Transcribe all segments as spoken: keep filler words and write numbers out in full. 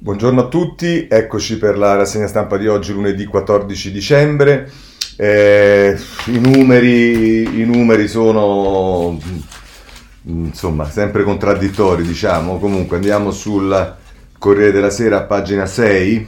Buongiorno a tutti, eccoci per la rassegna stampa di oggi, lunedì quattordici dicembre. Eh, i numeri, i numeri sono insomma sempre contraddittori, diciamo. Comunque andiamo sul Corriere della Sera a pagina sei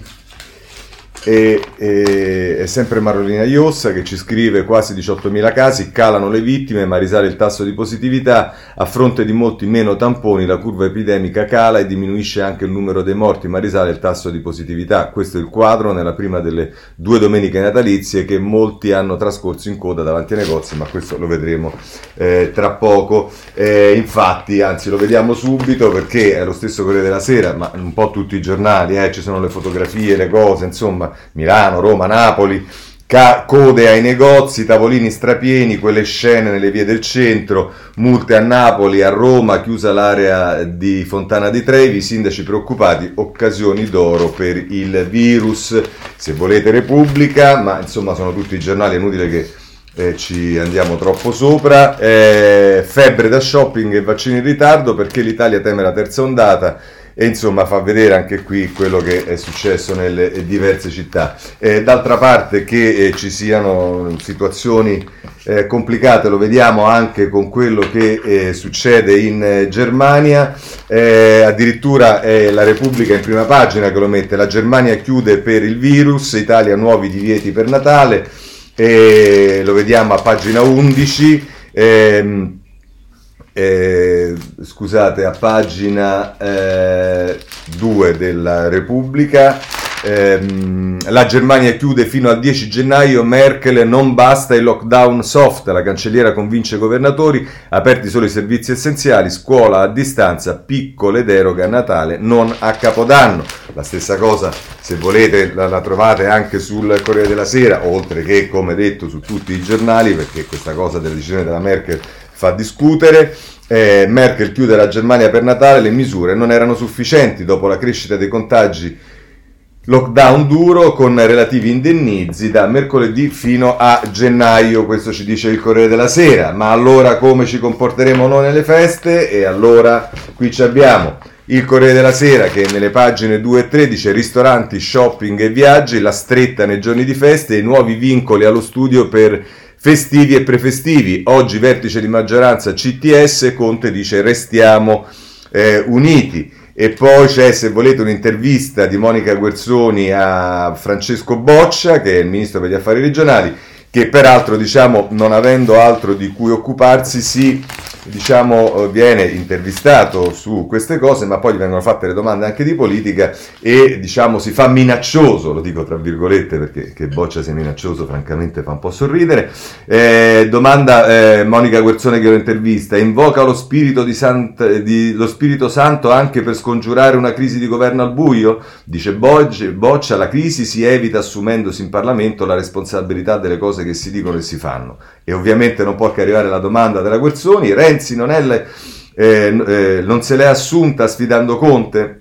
e, e è sempre Marolina Iossa che ci scrive: quasi diciottomila casi, calano le vittime ma risale il tasso di positività, a fronte di molti meno tamponi la curva epidemica cala e diminuisce anche il numero dei morti ma risale il tasso di positività. Questo è il quadro nella prima delle due domeniche natalizie che molti hanno trascorso in coda davanti ai negozi, ma questo lo vedremo eh, tra poco. Eh, infatti, anzi lo vediamo subito perché è lo stesso Corriere della Sera, ma un po' tutti i giornali, eh, ci sono le fotografie, le cose, insomma, Milano, Roma, Napoli, ca- code ai negozi, tavolini strapieni, quelle scene nelle vie del centro, multe a Napoli, a Roma, chiusa l'area di Fontana di Trevi, sindaci preoccupati, occasioni d'oro per il virus. Se volete Repubblica, ma insomma sono tutti i giornali, è inutile che eh, ci andiamo troppo sopra. Eh, febbre da shopping e vaccini in ritardo perché l'Italia teme la terza ondata. E insomma fa vedere anche qui quello che è successo nelle diverse città. Eh, d'altra parte che eh, ci siano situazioni eh, complicate lo vediamo anche con quello che eh, succede in eh, Germania. Eh, addirittura è la Repubblica in prima pagina che lo mette: la Germania chiude per il virus, Italia nuovi divieti per Natale. Eh, lo vediamo a pagina undici. Eh, Eh, scusate, a pagina eh, due della Repubblica. ehm, la Germania chiude fino al dieci gennaio, Merkel: non basta il lockdown soft, la cancelliera convince i governatori, aperti solo i servizi essenziali, scuola a distanza, piccole deroghe a Natale, non a Capodanno. La stessa cosa, se volete, la, la trovate anche sul Corriere della Sera, oltre che, come detto, su tutti i giornali, perché questa cosa della decisione della Merkel fa discutere. Eh, Merkel chiude la Germania per Natale, le misure non erano sufficienti dopo la crescita dei contagi, lockdown duro con relativi indennizi da mercoledì fino a gennaio, questo ci dice il Corriere della Sera. Ma allora come ci comporteremo noi nelle feste? E allora qui ci abbiamo il Corriere della Sera che nelle pagine due e tre dice: ristoranti, shopping e viaggi, la stretta nei giorni di feste e i nuovi vincoli allo studio per festivi e prefestivi. Oggi vertice di maggioranza C T S, Conte dice restiamo eh, uniti. E poi c'è, se volete, un'intervista di Monica Guerzoni a Francesco Boccia, che è il ministro per gli affari regionali, che peraltro, diciamo, non avendo altro di cui occuparsi, si diciamo viene intervistato su queste cose, ma poi gli vengono fatte le domande anche di politica e diciamo si fa minaccioso, lo dico tra virgolette perché che Boccia sia minaccioso francamente fa un po' sorridere. Eh, domanda eh, Monica Guerzoni che lo intervista: invoca lo spirito di, Sant- di lo Spirito Santo anche per scongiurare una crisi di governo al buio? Dice Boccia: la crisi si evita assumendosi in Parlamento la responsabilità delle cose che si dicono e si fanno. E ovviamente non può che arrivare la domanda della Guerzoni: Renzi non, è le, eh, eh, non se l'è assunta sfidando Conte?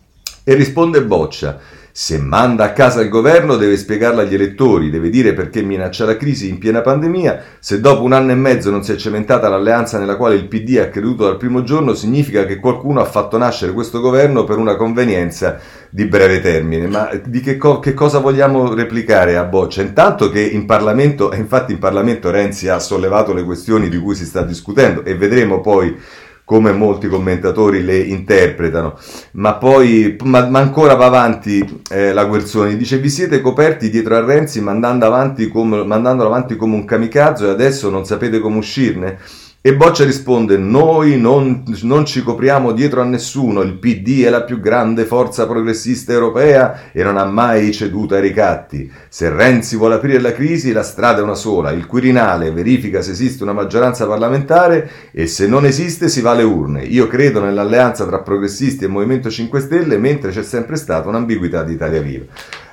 E risponde Boccia: se manda a casa il governo deve spiegarlo agli elettori, deve dire perché minaccia la crisi in piena pandemia. Se dopo un anno e mezzo non si è cementata l'alleanza nella quale il P D ha creduto dal primo giorno, significa che qualcuno ha fatto nascere questo governo per una convenienza di breve termine. Ma di che, co- che cosa vogliamo replicare a Boccia? Intanto che in Parlamento, e infatti in Parlamento Renzi ha sollevato le questioni di cui si sta discutendo e vedremo poi come molti commentatori le interpretano, ma poi ma, ma ancora va avanti eh, la Guerzoni, dice: vi siete coperti dietro a Renzi mandando avanti come, mandandolo avanti come un kamikaze e adesso non sapete come uscirne? E Boccia risponde: noi non, non ci copriamo dietro a nessuno, il P D è la più grande forza progressista europea e non ha mai ceduto ai ricatti. Se Renzi vuole aprire la crisi, la strada è una sola: il Quirinale verifica se esiste una maggioranza parlamentare e se non esiste si va alle urne. Io credo nell'alleanza tra progressisti e Movimento cinque Stelle, mentre c'è sempre stata un'ambiguità di Italia Viva.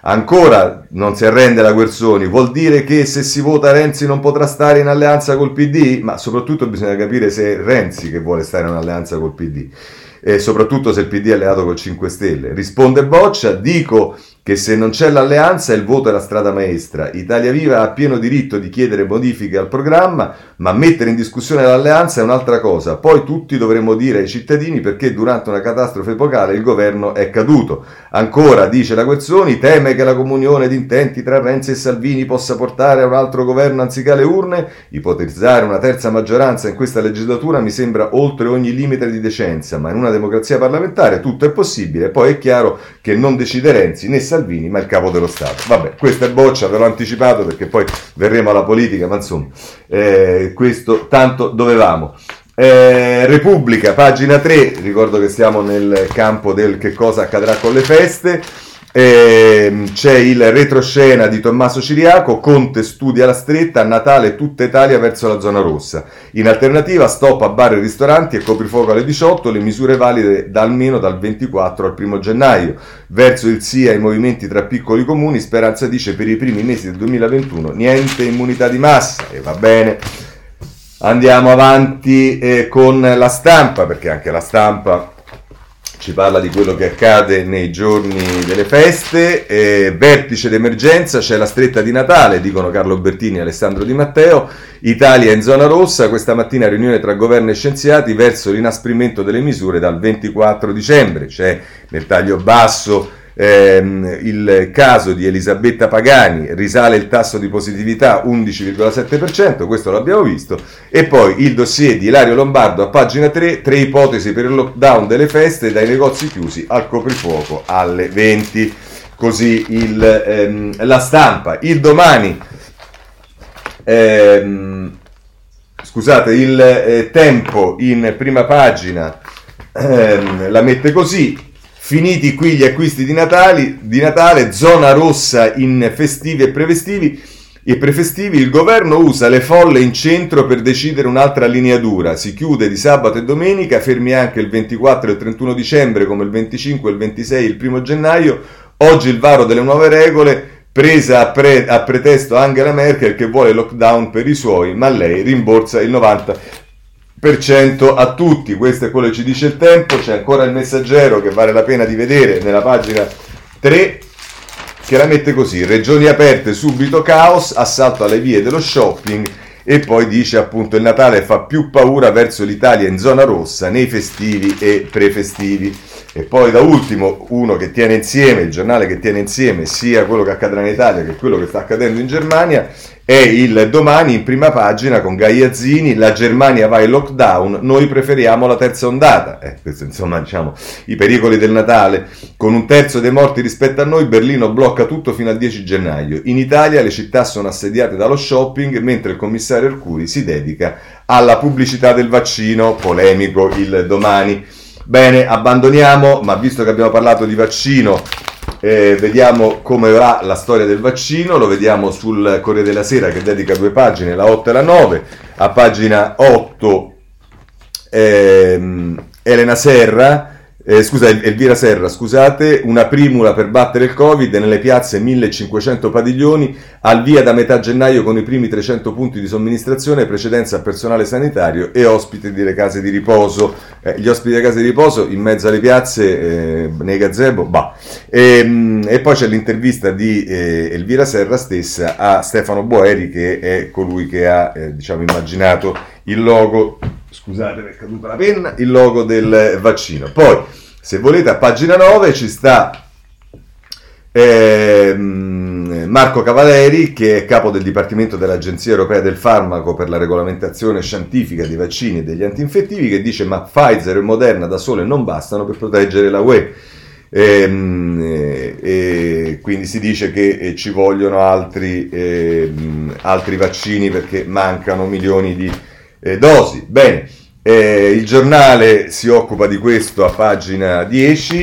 Ancora non si arrende la Guerzoni: vuol dire che se si vota Renzi non potrà stare in alleanza col P D? Ma soprattutto bisogna capire se è Renzi che vuole stare in alleanza col P D e soprattutto se il P D è alleato col cinque Stelle. Risponde Boccia: dico che che se non c'è l'alleanza il voto è la strada maestra. Italia Viva ha pieno diritto di chiedere modifiche al programma, ma mettere in discussione l'alleanza è un'altra cosa. Poi tutti dovremmo dire ai cittadini perché durante una catastrofe epocale il governo è caduto. Ancora, dice la Guerzoni, teme che la comunione di intenti tra Renzi e Salvini possa portare a un altro governo anziché alle urne. Ipotizzare una terza maggioranza in questa legislatura mi sembra oltre ogni limite di decenza, ma in una democrazia parlamentare tutto è possibile. Poi è chiaro che non decide Renzi né Salvini, ma il capo dello Stato. Vabbè, questa è boccia, ve l'ho anticipato perché poi verremo alla politica, ma insomma, eh, questo tanto dovevamo. Eh, Repubblica, pagina tre, ricordo che siamo nel campo del che cosa accadrà con le feste. Eh, c'è il retroscena di Tommaso Ciriaco, Conte studia la stretta, a Natale tutta Italia verso la zona rossa. In alternativa stop a bar e ristoranti e coprifuoco alle diciotto, le misure valide da almeno dal ventiquattro al primo gennaio. Verso il sì ai movimenti tra piccoli comuni, Speranza dice per i primi mesi del duemilaventuno niente immunità di massa, e va bene. Andiamo avanti eh, con la Stampa, perché anche la Stampa ci parla di quello che accade nei giorni delle feste. Eh, vertice d'emergenza, c'è la stretta di Natale, dicono Carlo Bertini e Alessandro Di Matteo. Italia in zona rossa, questa mattina riunione tra governo e scienziati verso l'inasprimento delle misure dal ventiquattro dicembre. C'è nel taglio basso ehm, il caso di Elisabetta Pagani, risale il tasso di positività undici virgola sette per cento, questo l'abbiamo visto, e poi il dossier di Ilario Lombardo a pagina tre, tre ipotesi per il lockdown delle feste dai negozi chiusi al coprifuoco alle venti, così il, ehm, la Stampa. Il Domani, ehm, scusate, il eh, Tempo in prima pagina ehm, la mette così: finiti qui gli acquisti di, Natali, di Natale, zona rossa in festivi e prefestivi, e prefestivi, il governo usa le folle in centro per decidere un'altra lineatura, si chiude di sabato e domenica, fermi anche il ventiquattro e il trentuno dicembre come il venticinque, il ventisei e il primo gennaio, oggi il varo delle nuove regole, presa a, pre- a pretesto Angela Merkel che vuole lockdown per i suoi, ma lei rimborsa il novanta per cento a tutti. Questo è quello che ci dice il Tempo. C'è ancora il Messaggero che vale la pena di vedere nella pagina tre, che la mette così: regioni aperte, subito caos, assalto alle vie dello shopping, e poi dice appunto il Natale fa più paura verso l'Italia in zona rossa nei festivi e prefestivi. E poi da ultimo uno che tiene insieme, il giornale che tiene insieme sia quello che accadrà in Italia che quello che sta accadendo in Germania, è il Domani in prima pagina con Gaiazzini: la Germania va in lockdown, noi preferiamo la terza ondata. Eh, questo insomma, diciamo, i pericoli del Natale. Con un terzo dei morti rispetto a noi, Berlino blocca tutto fino al dieci gennaio. In Italia le città sono assediate dallo shopping, mentre il commissario Arcuri si dedica alla pubblicità del vaccino. Polemico il Domani. Bene, abbandoniamo, ma visto che abbiamo parlato di vaccino, eh, vediamo come va la storia del vaccino. Lo vediamo sul Corriere della Sera, che dedica due pagine, la otto e la nove. A pagina otto ehm, Elena Serra, eh, scusa, Elvira Serra, scusate, una primula per battere il Covid, nelle piazze millecinquecento padiglioni, al via da metà gennaio con i primi trecento punti di somministrazione, precedenza a personale sanitario e ospiti delle case di riposo. Eh, gli ospiti delle case di riposo in mezzo alle piazze, eh, nei gazebo, bah. E, e poi c'è l'intervista di eh, Elvira Serra stessa a Stefano Boeri, che è colui che ha eh, diciamo immaginato il logo, scusate mi è caduta la penna, il logo del vaccino. Poi, se volete, a pagina nove ci sta eh, Marco Cavaleri, che è capo del Dipartimento dell'Agenzia Europea del Farmaco per la regolamentazione scientifica dei vaccini e degli antinfettivi, che dice: ma Pfizer e Moderna da sole non bastano per proteggere la U E. E, e quindi si dice che eh, ci vogliono altri, eh, altri vaccini perché mancano milioni di eh, dosi. Bene, eh, il giornale si occupa di questo a pagina dieci,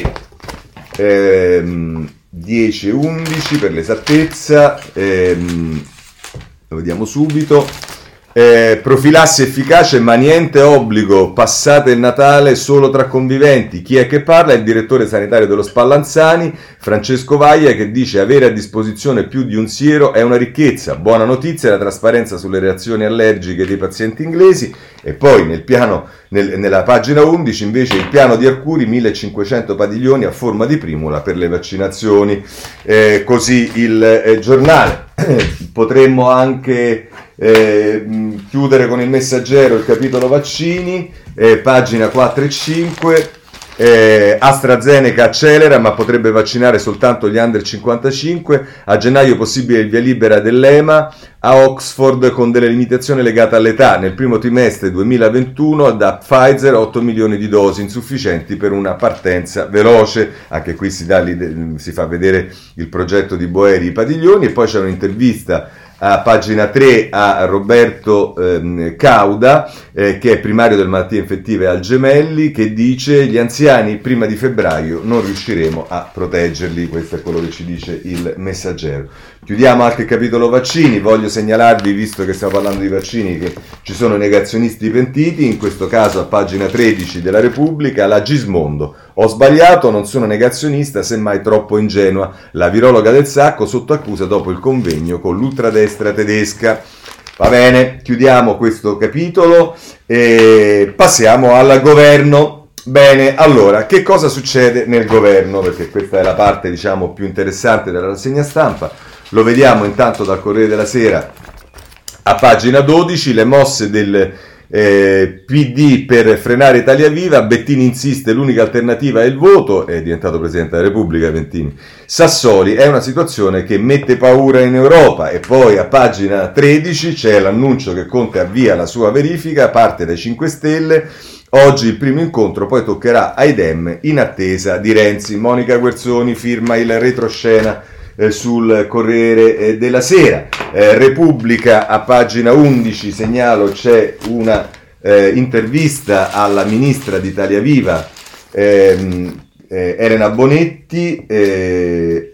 ehm, dieci e undici per l'esattezza, ehm, lo vediamo subito. Eh, profilassi efficace ma niente obbligo, passate il Natale solo tra conviventi. Chi è che parla? Il direttore sanitario dello Spallanzani, Francesco Vaia, che dice avere a disposizione più di un siero è una ricchezza. Buona notizia la trasparenza sulle reazioni allergiche dei pazienti inglesi. E poi nel piano, nel, nella pagina undici invece il piano di Arcuri, millecinquecento padiglioni a forma di primula per le vaccinazioni. Eh, così il eh, giornale. Potremmo anche eh, chiudere con il Messaggero il capitolo vaccini, eh, pagina quattro e cinque. Eh, AstraZeneca accelera ma potrebbe vaccinare soltanto gli under cinquantacinque. A gennaio possibile il via libera dell'E M A a Oxford con delle limitazioni legate all'età. Nel primo trimestre duemilaventuno da Pfizer otto milioni di dosi insufficienti per una partenza veloce. Anche qui si, dà si fa vedere il progetto di Boeri, i padiglioni. E poi c'è un'intervista a pagina tre a Roberto ehm, Cauda, eh, che è primario delle malattie infettive al Gemelli, che dice gli anziani prima di febbraio non riusciremo a proteggerli. Questo è quello che ci dice il Messaggero. Chiudiamo anche il capitolo vaccini. Voglio segnalarvi, visto che stiamo parlando di vaccini, che ci sono negazionisti pentiti, in questo caso a pagina tredici della Repubblica, la Gismondo. Ho sbagliato, non sono negazionista, semmai troppo ingenua. La virologa del Sacco sotto accusa dopo il convegno con l'ultradestra tedesca. Va bene, chiudiamo questo capitolo e passiamo al governo. Bene, allora, che cosa succede nel governo? Perché questa è la parte, diciamo, più interessante della rassegna stampa. Lo vediamo intanto dal Corriere della Sera a pagina dodici, le mosse del eh, P D per frenare Italia Viva. Bettini insiste, l'unica alternativa è il voto, è diventato Presidente della Repubblica Bettini. Sassoli, è una situazione che mette paura in Europa. E poi a pagina tredici c'è l'annuncio che Conte avvia la sua verifica, parte dai cinque Stelle. Oggi il primo incontro, poi toccherà ai Dem in attesa di Renzi. Monica Guerzoni firma il retroscena eh, sul Corriere eh, della Sera. Eh, Repubblica a pagina undici, segnalo, c'è una eh, intervista alla ministra di Italia Viva, ehm, eh, Elena Bonetti. Eh,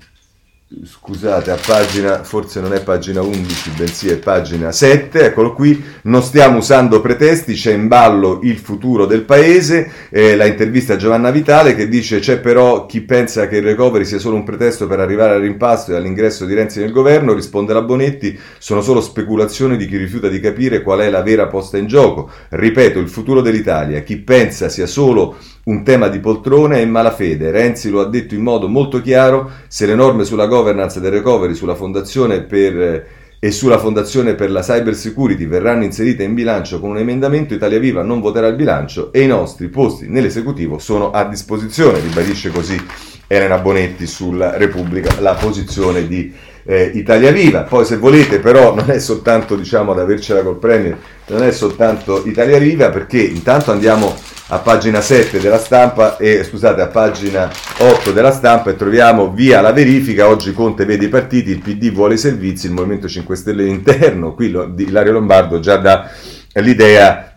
Scusate, a pagina, forse non è pagina undici, bensì è pagina sette, eccolo qui, non stiamo usando pretesti, c'è in ballo il futuro del paese, eh, la intervista a Giovanna Vitale che dice c'è però chi pensa che il recovery sia solo un pretesto per arrivare al rimpasto e all'ingresso di Renzi nel governo, risponde la Bonetti, sono solo speculazioni di chi rifiuta di capire qual è la vera posta in gioco, ripeto, il futuro dell'Italia, chi pensa sia solo un tema di poltrone è in malafede. Renzi lo ha detto in modo molto chiaro, se le norme sulla governance del recovery sulla fondazione per, e sulla fondazione per la cyber security verranno inserite in bilancio con un emendamento, Italia Viva non voterà il bilancio e i nostri posti nell'esecutivo sono a disposizione, ribadisce così Elena Bonetti sulla Repubblica la posizione di eh, Italia Viva. Poi se volete però non è soltanto, diciamo, ad avercela col Premier, non è soltanto Italia Viva, perché intanto andiamo a pagina sette della Stampa e scusate a pagina otto della Stampa e troviamo via la verifica. Oggi Conte vede i partiti, il P D vuole i servizi, il Movimento cinque Stelle interno. Qui lo, di Ilario Lombardo già dà l'idea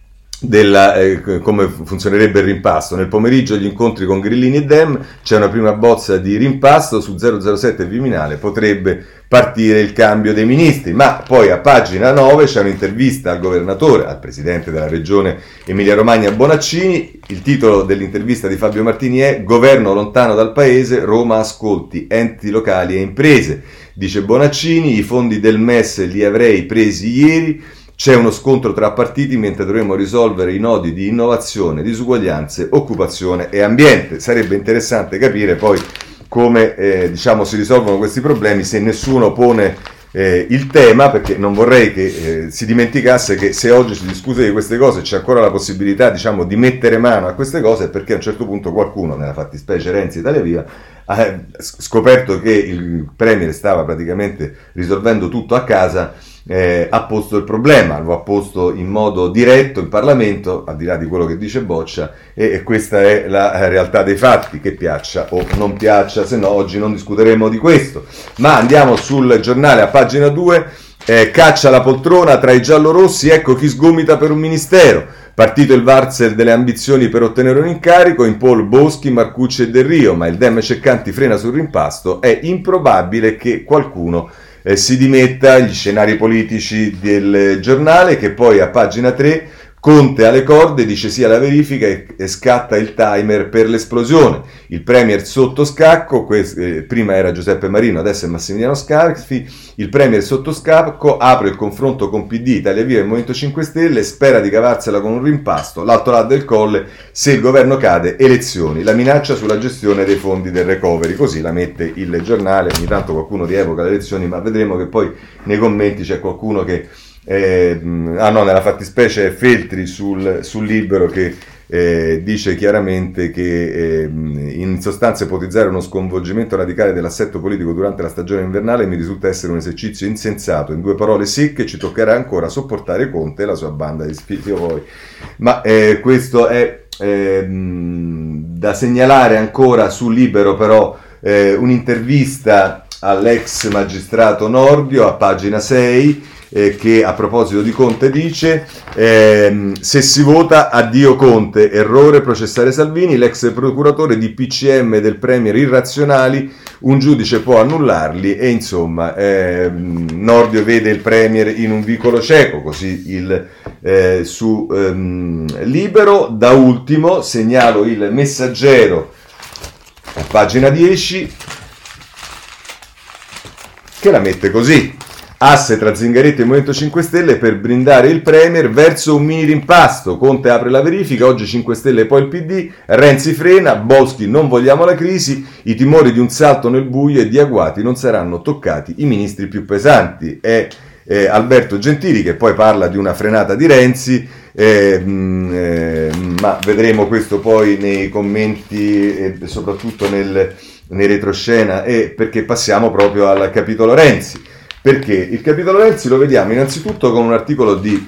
della eh, come funzionerebbe il rimpasto. Nel pomeriggio gli incontri con Grillini e Dem, c'è una prima bozza di rimpasto su zero zero sette Viminale, potrebbe partire il cambio dei ministri, ma poi a pagina nove c'è un'intervista al governatore, al presidente della regione Emilia Romagna Bonaccini. Il titolo dell'intervista di Fabio Martini è Governo lontano dal paese, Roma ascolti enti locali e imprese. Dice Bonaccini, i fondi del M E S li avrei presi ieri, c'è uno scontro tra partiti mentre dovremo risolvere i nodi di innovazione, disuguaglianze, occupazione e ambiente. Sarebbe interessante capire poi come eh, diciamo si risolvono questi problemi se nessuno pone eh, il tema, perché non vorrei che eh, si dimenticasse che se oggi si discute di queste cose c'è ancora la possibilità, diciamo, di mettere mano a queste cose, perché a un certo punto qualcuno, nella fattispecie Renzi Italia Viva, ha scoperto che il Premier stava praticamente risolvendo tutto a casa. Eh, ha posto il problema, lo ha posto in modo diretto in Parlamento, al di là di quello che dice Boccia, e, e questa è la realtà dei fatti, che piaccia o non piaccia, se no oggi non discuteremo di questo. Ma andiamo sul Giornale a pagina due, eh, caccia la poltrona tra i giallorossi, ecco chi sgomita per un ministero. Partito il valzer delle ambizioni per ottenere un incarico, in pole Boschi, Marcucci e Del Rio, ma il Dem Ceccanti frena sul rimpasto, è improbabile che qualcuno eh, si dimetta, gli scenari politici del giornale, che poi a pagina tre Conte alle corde, dice sì alla verifica e, e scatta il timer per l'esplosione. Il premier sotto scacco, quest, eh, prima era Giuseppe Marino, adesso è Massimiliano Scarfi. Il premier sotto scacco apre il confronto con P D, Italia Viva e Movimento cinque Stelle, spera di cavarsela con un rimpasto. L'altro lato del colle, se il governo cade, elezioni. La minaccia sulla gestione dei fondi del recovery, così la mette il giornale. Ogni tanto qualcuno rievoca le elezioni, ma vedremo che poi nei commenti c'è qualcuno che Eh, ah no, nella fattispecie Feltri sul, sul Libero che eh, dice chiaramente che eh, in sostanza ipotizzare uno sconvolgimento radicale dell'assetto politico durante la stagione invernale mi risulta essere un esercizio insensato. In due parole secche, ci toccherà ancora sopportare Conte e la sua banda di sfizioi. Ma eh, questo è eh, da segnalare ancora sul Libero, però eh, un'intervista all'ex magistrato Nordio a pagina sei, Eh, che a proposito di Conte dice ehm, se si vota addio Conte, errore processare Salvini, l'ex procuratore di P C M del premier irrazionali, un giudice può annullarli e insomma ehm, Nordio vede il premier in un vicolo cieco, così il eh, su ehm, Libero. Da ultimo segnalo il Messaggero a pagina dieci che la mette così: asse tra Zingaretti e Movimento cinque Stelle per brindare il Premier verso un mini rimpasto. Conte apre la verifica, oggi cinque Stelle e poi il P D, Renzi frena, Boschi non vogliamo la crisi, i timori di un salto nel buio e di agguati non saranno toccati i ministri più pesanti. È eh, Alberto Gentili che poi parla di una frenata di Renzi, eh, mh, eh, ma vedremo questo poi nei commenti e soprattutto nel, nei retroscena, e perché passiamo proprio al capitolo Renzi. Perché il capitolo Renzi lo vediamo innanzitutto con un articolo di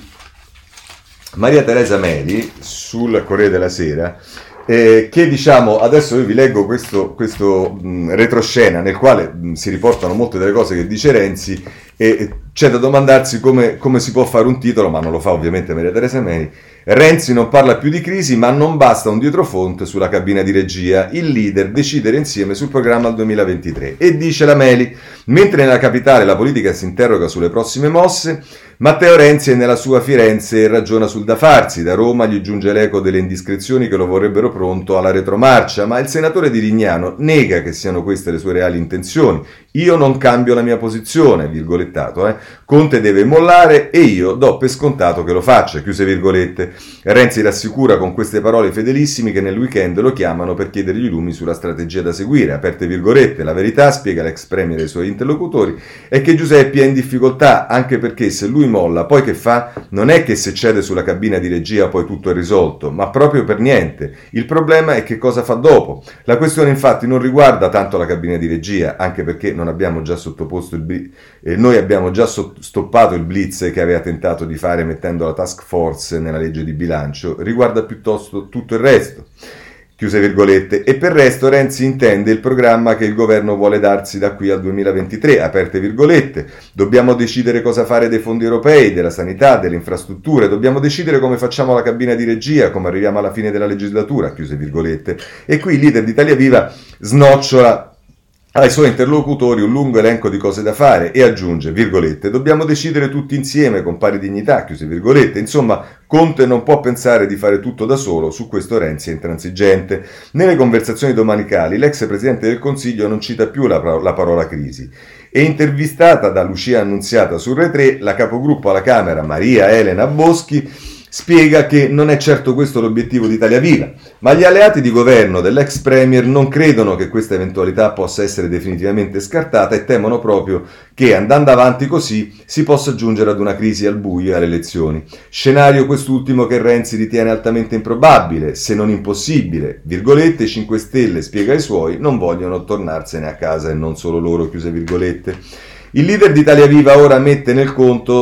Maria Teresa Meli sul Corriere della Sera, eh, che diciamo, adesso io vi leggo questo, questo mh, retroscena nel quale mh, si riportano molte delle cose che dice Renzi, e, e c'è da domandarsi come, come si può fare un titolo, ma non lo fa ovviamente Maria Teresa Meli. Renzi non parla più di crisi, ma non basta un dietrofront sulla cabina di regia. Il leader decidere insieme sul programma al duemilaventitré. E dice la Meli, mentre nella capitale la politica si interroga sulle prossime mosse, Matteo Renzi è nella sua Firenze e ragiona sul da farsi. Da Roma gli giunge l'eco delle indiscrezioni che lo vorrebbero pronto alla retromarcia, ma il senatore di Lignano nega che siano queste le sue reali intenzioni. Io non cambio la mia posizione, virgolettato, eh. Conte deve mollare e io do per scontato che lo faccia, chiuse virgolette. Renzi rassicura con queste parole fedelissimi che nel weekend lo chiamano per chiedergli lumi sulla strategia da seguire, aperte virgolette. La verità, spiega l'ex premier ai suoi interlocutori, è che Giuseppi è in difficoltà, anche perché se lui molla, poi che fa? Non è che se cede sulla cabina di regia poi tutto è risolto, ma proprio per niente. Il problema è che cosa fa dopo. La questione infatti non riguarda tanto la cabina di regia, anche perché non abbiamo già sottoposto il blitz, eh, noi abbiamo già so- stoppato il blitz che aveva tentato di fare mettendo la task force nella legge di bilancio, riguarda piuttosto tutto il resto. Chiuse virgolette. E per resto Renzi intende il programma che il governo vuole darsi da qui al duemilaventitré, aperte virgolette. Dobbiamo decidere cosa fare dei fondi europei, della sanità, delle infrastrutture, dobbiamo decidere come facciamo la cabina di regia, come arriviamo alla fine della legislatura, chiuse virgolette. E qui il leader di Italia Viva snocciola ai suoi interlocutori un lungo elenco di cose da fare e aggiunge, virgolette, dobbiamo decidere tutti insieme con pari dignità, chiuse virgolette. Insomma, Conte non può pensare di fare tutto da solo, su questo Renzi è intransigente. Nelle conversazioni domenicali l'ex Presidente del Consiglio non cita più la, la parola crisi. E intervistata da Lucia Annunziata su Rai tre, la capogruppo alla Camera Maria Elena Boschi spiega che non è certo questo l'obiettivo di Italia Viva, ma gli alleati di governo dell'ex premier non credono che questa eventualità possa essere definitivamente scartata e temono proprio che, andando avanti così, si possa giungere ad una crisi al buio e alle elezioni. Scenario quest'ultimo che Renzi ritiene altamente improbabile, se non impossibile. Virgolette, cinque Stelle, spiega ai suoi, non vogliono tornarsene a casa e non solo loro, chiuse virgolette. Il leader di Italia Viva ora mette nel conto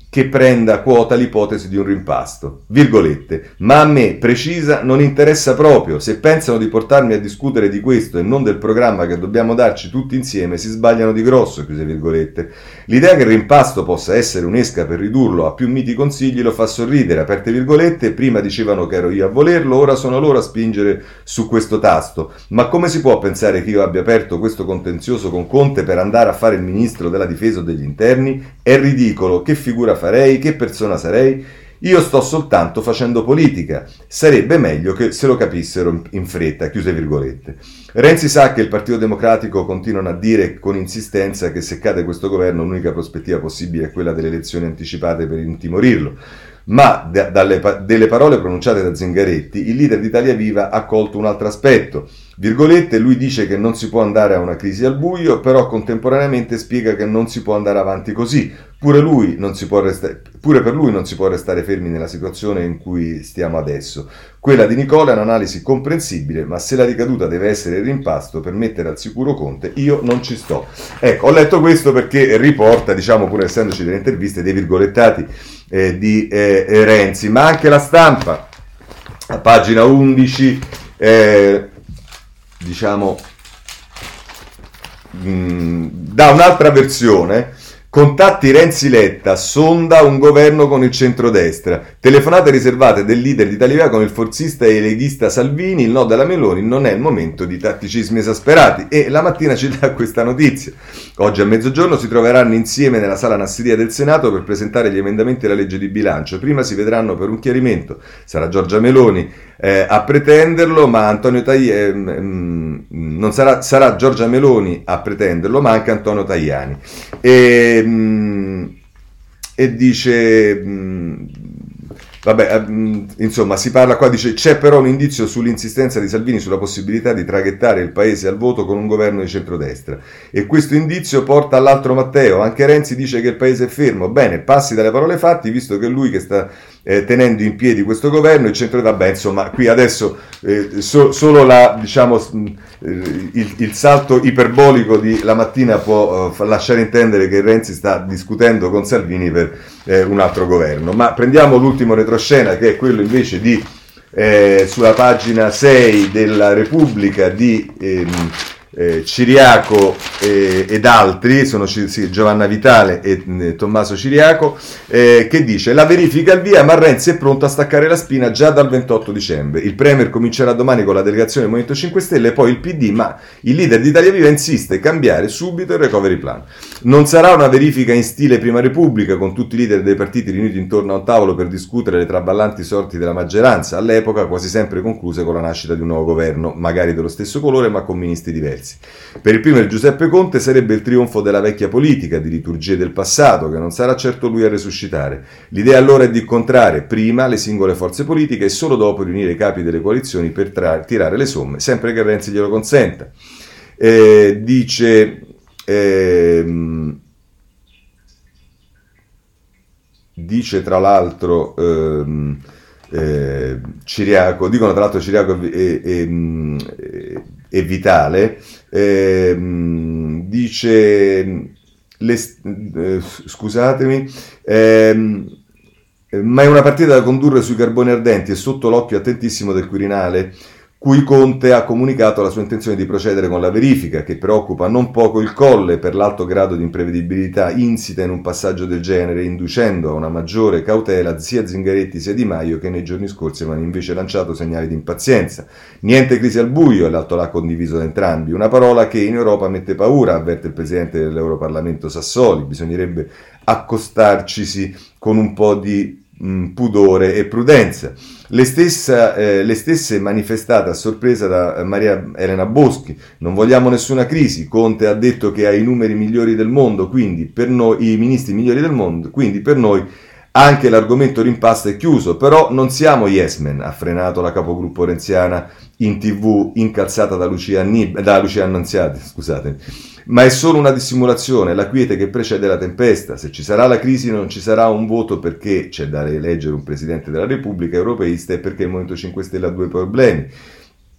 che prenda quota l'ipotesi di un rimpasto. Virgolette. Ma a me, precisa, non interessa proprio. Se pensano di portarmi a discutere di questo e non del programma che dobbiamo darci tutti insieme, si sbagliano di grosso, chiuse virgolette. L'idea che il rimpasto possa essere un'esca per ridurlo a più miti consigli lo fa sorridere, aperte virgolette, prima dicevano che ero io a volerlo, ora sono loro a spingere su questo tasto. Ma come si può pensare che io abbia aperto questo contenzioso con Conte per andare a fare il ministro della difesa o degli interni? È ridicolo, che figura farei, che persona sarei? Io sto soltanto facendo politica. Sarebbe meglio che se lo capissero in fretta, chiuse virgolette. Renzi sa che il Partito Democratico continuano a dire con insistenza che se cade questo governo l'unica prospettiva possibile è quella delle elezioni anticipate per intimorirlo. Ma da, dalle, delle parole pronunciate da Zingaretti, il leader di Italia Viva ha colto un altro aspetto. Virgolette, lui dice che non si può andare a una crisi al buio, però contemporaneamente spiega che non si può andare avanti così. Pure, lui non si può restare, pure per lui non si può restare fermi nella situazione in cui stiamo adesso. Quella di Nicola è un'analisi comprensibile, ma se la ricaduta deve essere il rimpasto per mettere al sicuro Conte, io non ci sto. Ecco, ho letto questo perché riporta, diciamo, pur essendoci delle interviste, dei virgolettati eh, di eh, Renzi, ma anche La Stampa, a pagina undici, eh, diciamo, mh, da un'altra versione. Contatti Renzi-Letta, sonda un governo con il centrodestra. Telefonate riservate del leader di Italia Viva con il forzista e leghista Salvini, il no della Meloni non è il momento di tatticismi esasperati. E la mattina ci dà questa notizia. Oggi a mezzogiorno si troveranno insieme nella sala Nassiria del Senato per presentare gli emendamenti alla legge di bilancio. Prima si vedranno per un chiarimento. Sarà Giorgia Meloni eh, a pretenderlo, ma Antonio Tajani eh, mh, non sarà, sarà Giorgia Meloni a pretenderlo, ma anche Antonio Tajani. E e dice mh, vabbè mh, insomma si parla qua, dice c'è però un indizio sull'insistenza di Salvini sulla possibilità di traghettare il paese al voto con un governo di centrodestra e questo indizio porta all'altro Matteo. Anche Renzi dice che il paese è fermo. Bene, passi dalle parole ai fatti, visto che è lui che sta eh, tenendo in piedi questo governo. Il centro, vabbè, insomma, qui adesso eh, so, solo la, diciamo, eh, il, il salto iperbolico di la mattina può eh, lasciare intendere che Renzi sta discutendo con Salvini per eh, un altro governo. Ma prendiamo l'ultimo retroscena, che è quello invece di eh, sulla pagina sei della Repubblica di ehm, eh, Ciriaco eh, ed altri, sono sì, Giovanna Vitale e eh, Tommaso Ciriaco, eh, che dice: la verifica al via, ma Renzi è pronto a staccare la spina già dal ventotto dicembre. Il Premier comincerà domani con la delegazione del Movimento cinque Stelle e poi il P D, ma il leader di Italia Viva insiste a cambiare subito il recovery plan. Non sarà una verifica in stile Prima Repubblica, con tutti i leader dei partiti riuniti intorno a un tavolo per discutere le traballanti sorti della maggioranza, all'epoca quasi sempre concluse con la nascita di un nuovo governo, magari dello stesso colore ma con ministri diversi. Per il Premier Giuseppe Conte sarebbe il trionfo della vecchia politica, di liturgie del passato, che non sarà certo lui a resuscitare. L'idea allora è di incontrare prima le singole forze politiche e solo dopo riunire i capi delle coalizioni per tra- tirare le somme, sempre che Renzi glielo consenta. Eh, dice... Ehm, dice tra l'altro ehm, eh, Ciriaco, dicono tra l'altro Ciriaco e, e, e, e Vitale, ehm, dice le, eh, scusatemi ehm, ma è una partita da condurre sui carboni ardenti e sotto l'occhio attentissimo del Quirinale, cui Conte ha comunicato la sua intenzione di procedere con la verifica, che preoccupa non poco il Colle per l'alto grado di imprevedibilità insita in un passaggio del genere, inducendo a una maggiore cautela sia Zingaretti sia Di Maio, che nei giorni scorsi avevano invece lanciato segnali di impazienza. Niente crisi al buio, è l'alto là condiviso da entrambi, una parola che in Europa mette paura, avverte il presidente dell'Europarlamento Sassoli. Bisognerebbe accostarcisi con un po' di mh, pudore e prudenza. Le, stessa, eh, le stesse manifestate a sorpresa da Maria Elena Boschi. Non vogliamo nessuna crisi. Conte ha detto che ha i numeri migliori del mondo, quindi per noi, i ministri migliori del mondo, quindi per noi anche l'argomento rimpasto è chiuso. Però non siamo yes men, ha frenato la capogruppo renziana in tv, incalzata da Lucia, Annib- da Lucia Annunziati, scusatemi. Ma è solo una dissimulazione, la quiete che precede la tempesta. Se ci sarà la crisi non ci sarà un voto perché c'è da eleggere un Presidente della Repubblica europeista e perché il Movimento cinque Stelle ha due problemi.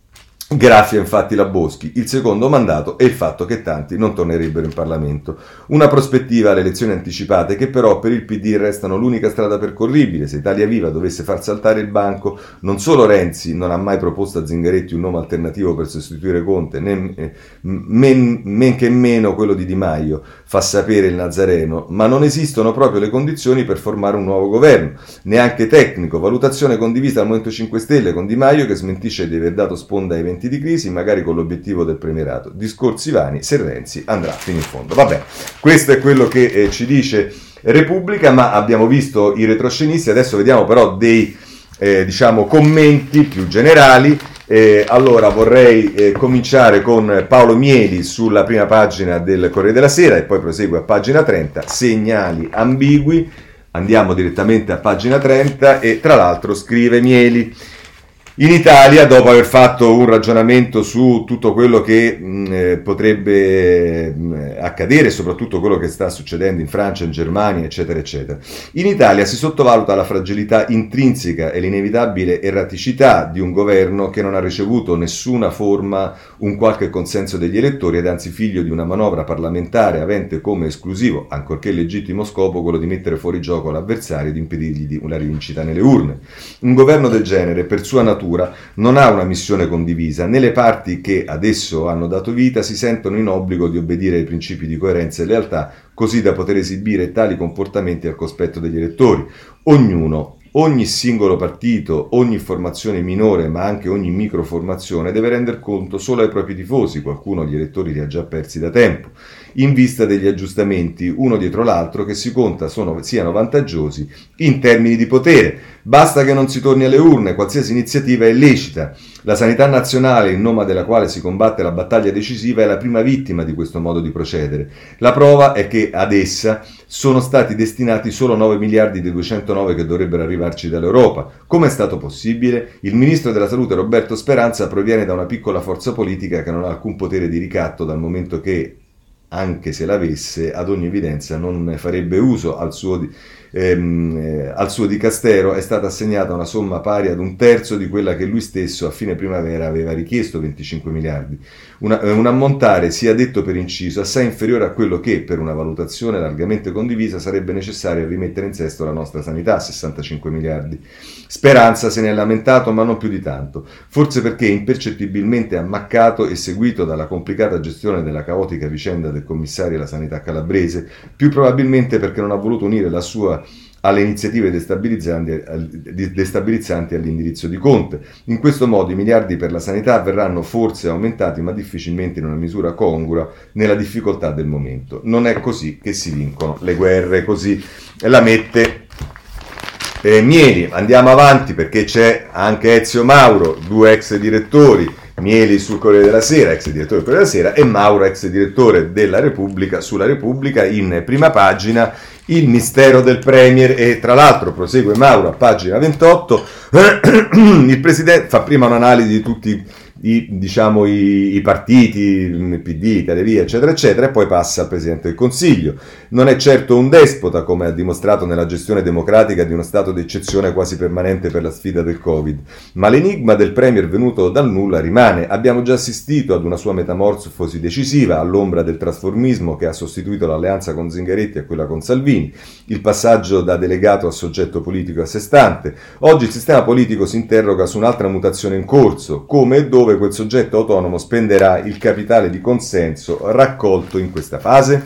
Graffia infatti la Boschi, il secondo mandato e il fatto che tanti non tornerebbero in Parlamento. Una prospettiva alle elezioni anticipate che però per il P D restano l'unica strada percorribile. Se Italia Viva dovesse far saltare il banco, non solo Renzi non ha mai proposto a Zingaretti un nome alternativo per sostituire Conte, né eh, men, men che meno quello di Di Maio, fa sapere il Nazareno, ma non esistono proprio le condizioni per formare un nuovo governo, neanche tecnico. Valutazione condivisa al Movimento cinque Stelle con Di Maio che smentisce di aver dato sponda ai eventi di crisi, magari con l'obiettivo del premierato. Discorsi vani se Renzi andrà fino in fondo. Vabbè, questo è quello che eh, ci dice Repubblica, ma abbiamo visto i retroscenisti, adesso vediamo però dei eh, diciamo commenti più generali. Eh, allora vorrei eh, cominciare con Paolo Mieli sulla prima pagina del Corriere della Sera e poi prosegue a pagina trenta, segnali ambigui. Andiamo direttamente a pagina trenta e tra l'altro scrive Mieli: in Italia, dopo aver fatto un ragionamento su tutto quello che mh, eh, potrebbe mh, accadere, soprattutto quello che sta succedendo in Francia, in Germania, eccetera, eccetera, in Italia si sottovaluta la fragilità intrinseca e l'inevitabile erraticità di un governo che non ha ricevuto nessuna forma un qualche consenso degli elettori ed anzi figlio di una manovra parlamentare avente come esclusivo, ancorché legittimo scopo, quello di mettere fuori gioco l'avversario e di impedirgli una rivincita nelle urne. Un governo del genere, per sua natura, non ha una missione condivisa, né le parti che adesso hanno dato vita si sentono in obbligo di obbedire ai principi di coerenza e lealtà, così da poter esibire tali comportamenti al cospetto degli elettori. Ognuno, ogni singolo partito, ogni formazione minore, ma anche ogni microformazione deve render conto solo ai propri tifosi, qualcuno gli elettori li ha già persi da tempo, in vista degli aggiustamenti uno dietro l'altro che si conta sono, siano vantaggiosi in termini di potere. Basta che non si torni alle urne, qualsiasi iniziativa è lecita. La sanità nazionale, in nome della quale si combatte la battaglia decisiva, è la prima vittima di questo modo di procedere. La prova è che ad essa sono stati destinati solo nove miliardi dei duecentonove che dovrebbero arrivarci dall'Europa. Come è stato possibile? Il ministro della Salute Roberto Speranza proviene da una piccola forza politica che non ha alcun potere di ricatto, dal momento che, anche se l'avesse, ad ogni evidenza non ne farebbe uso. Al suo, ehm, eh, al suo dicastero è stata assegnata una somma pari ad un terzo di quella che lui stesso a fine primavera aveva richiesto, venticinque miliardi. Una, eh, un ammontare, sia detto per inciso, assai inferiore a quello che, per una valutazione largamente condivisa, sarebbe necessario a rimettere in sesto la nostra sanità, sessantacinque miliardi. Speranza se ne è lamentato, ma non più di tanto, forse perché impercettibilmente ammaccato e seguito dalla complicata gestione della caotica vicenda del commissario alla sanità calabrese, più probabilmente perché non ha voluto unire la sua alle iniziative destabilizzanti, destabilizzanti all'indirizzo di Conte. In questo modo i miliardi per la sanità verranno forse aumentati, ma difficilmente in una misura congrua nella difficoltà del momento. Non è così che si vincono le guerre, così la mette eh, Mieli. Andiamo avanti perché c'è anche Ezio Mauro, due ex direttori, Mieli sul Corriere della Sera, ex direttore del Corriere della Sera, e Mauro, ex direttore della Repubblica, sulla Repubblica. In prima pagina il mistero del Premier, e tra l'altro prosegue Mauro a pagina ventotto, il Presidente fa prima un'analisi di tutti i, diciamo, i, i partiti, il P D, Italia Via, eccetera, eccetera, e poi passa al Presidente del Consiglio. Non è certo un despota, come ha dimostrato nella gestione democratica di uno stato d'eccezione quasi permanente per la sfida del Covid, ma l'enigma del Premier venuto dal nulla rimane. Abbiamo già assistito ad una sua metamorfosi decisiva, all'ombra del trasformismo che ha sostituito l'alleanza con Zingaretti a quella con Salvini, il passaggio da delegato a soggetto politico a sé stante. Oggi il sistema politico si interroga su un'altra mutazione in corso, come e dove quel soggetto autonomo spenderà il capitale di consenso raccolto in questa fase.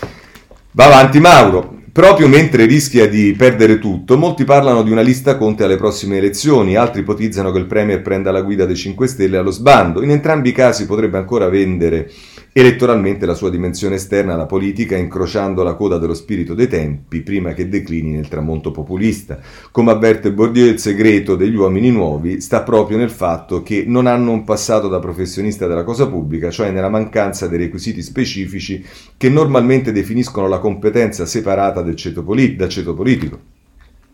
Va avanti Mauro. Proprio mentre rischia di perdere tutto, molti parlano di una lista Conte alle prossime elezioni, altri ipotizzano che il Premier prenda la guida dei cinque Stelle allo sbando. In entrambi i casi potrebbe ancora vendere elettoralmente la sua dimensione esterna alla politica, incrociando la coda dello spirito dei tempi prima che declini nel tramonto populista. Come avverte Bourdieu, il segreto degli uomini nuovi sta proprio nel fatto che non hanno un passato da professionista della cosa pubblica, cioè nella mancanza dei requisiti specifici che normalmente definiscono la competenza separata del ceto polit- dal ceto politico.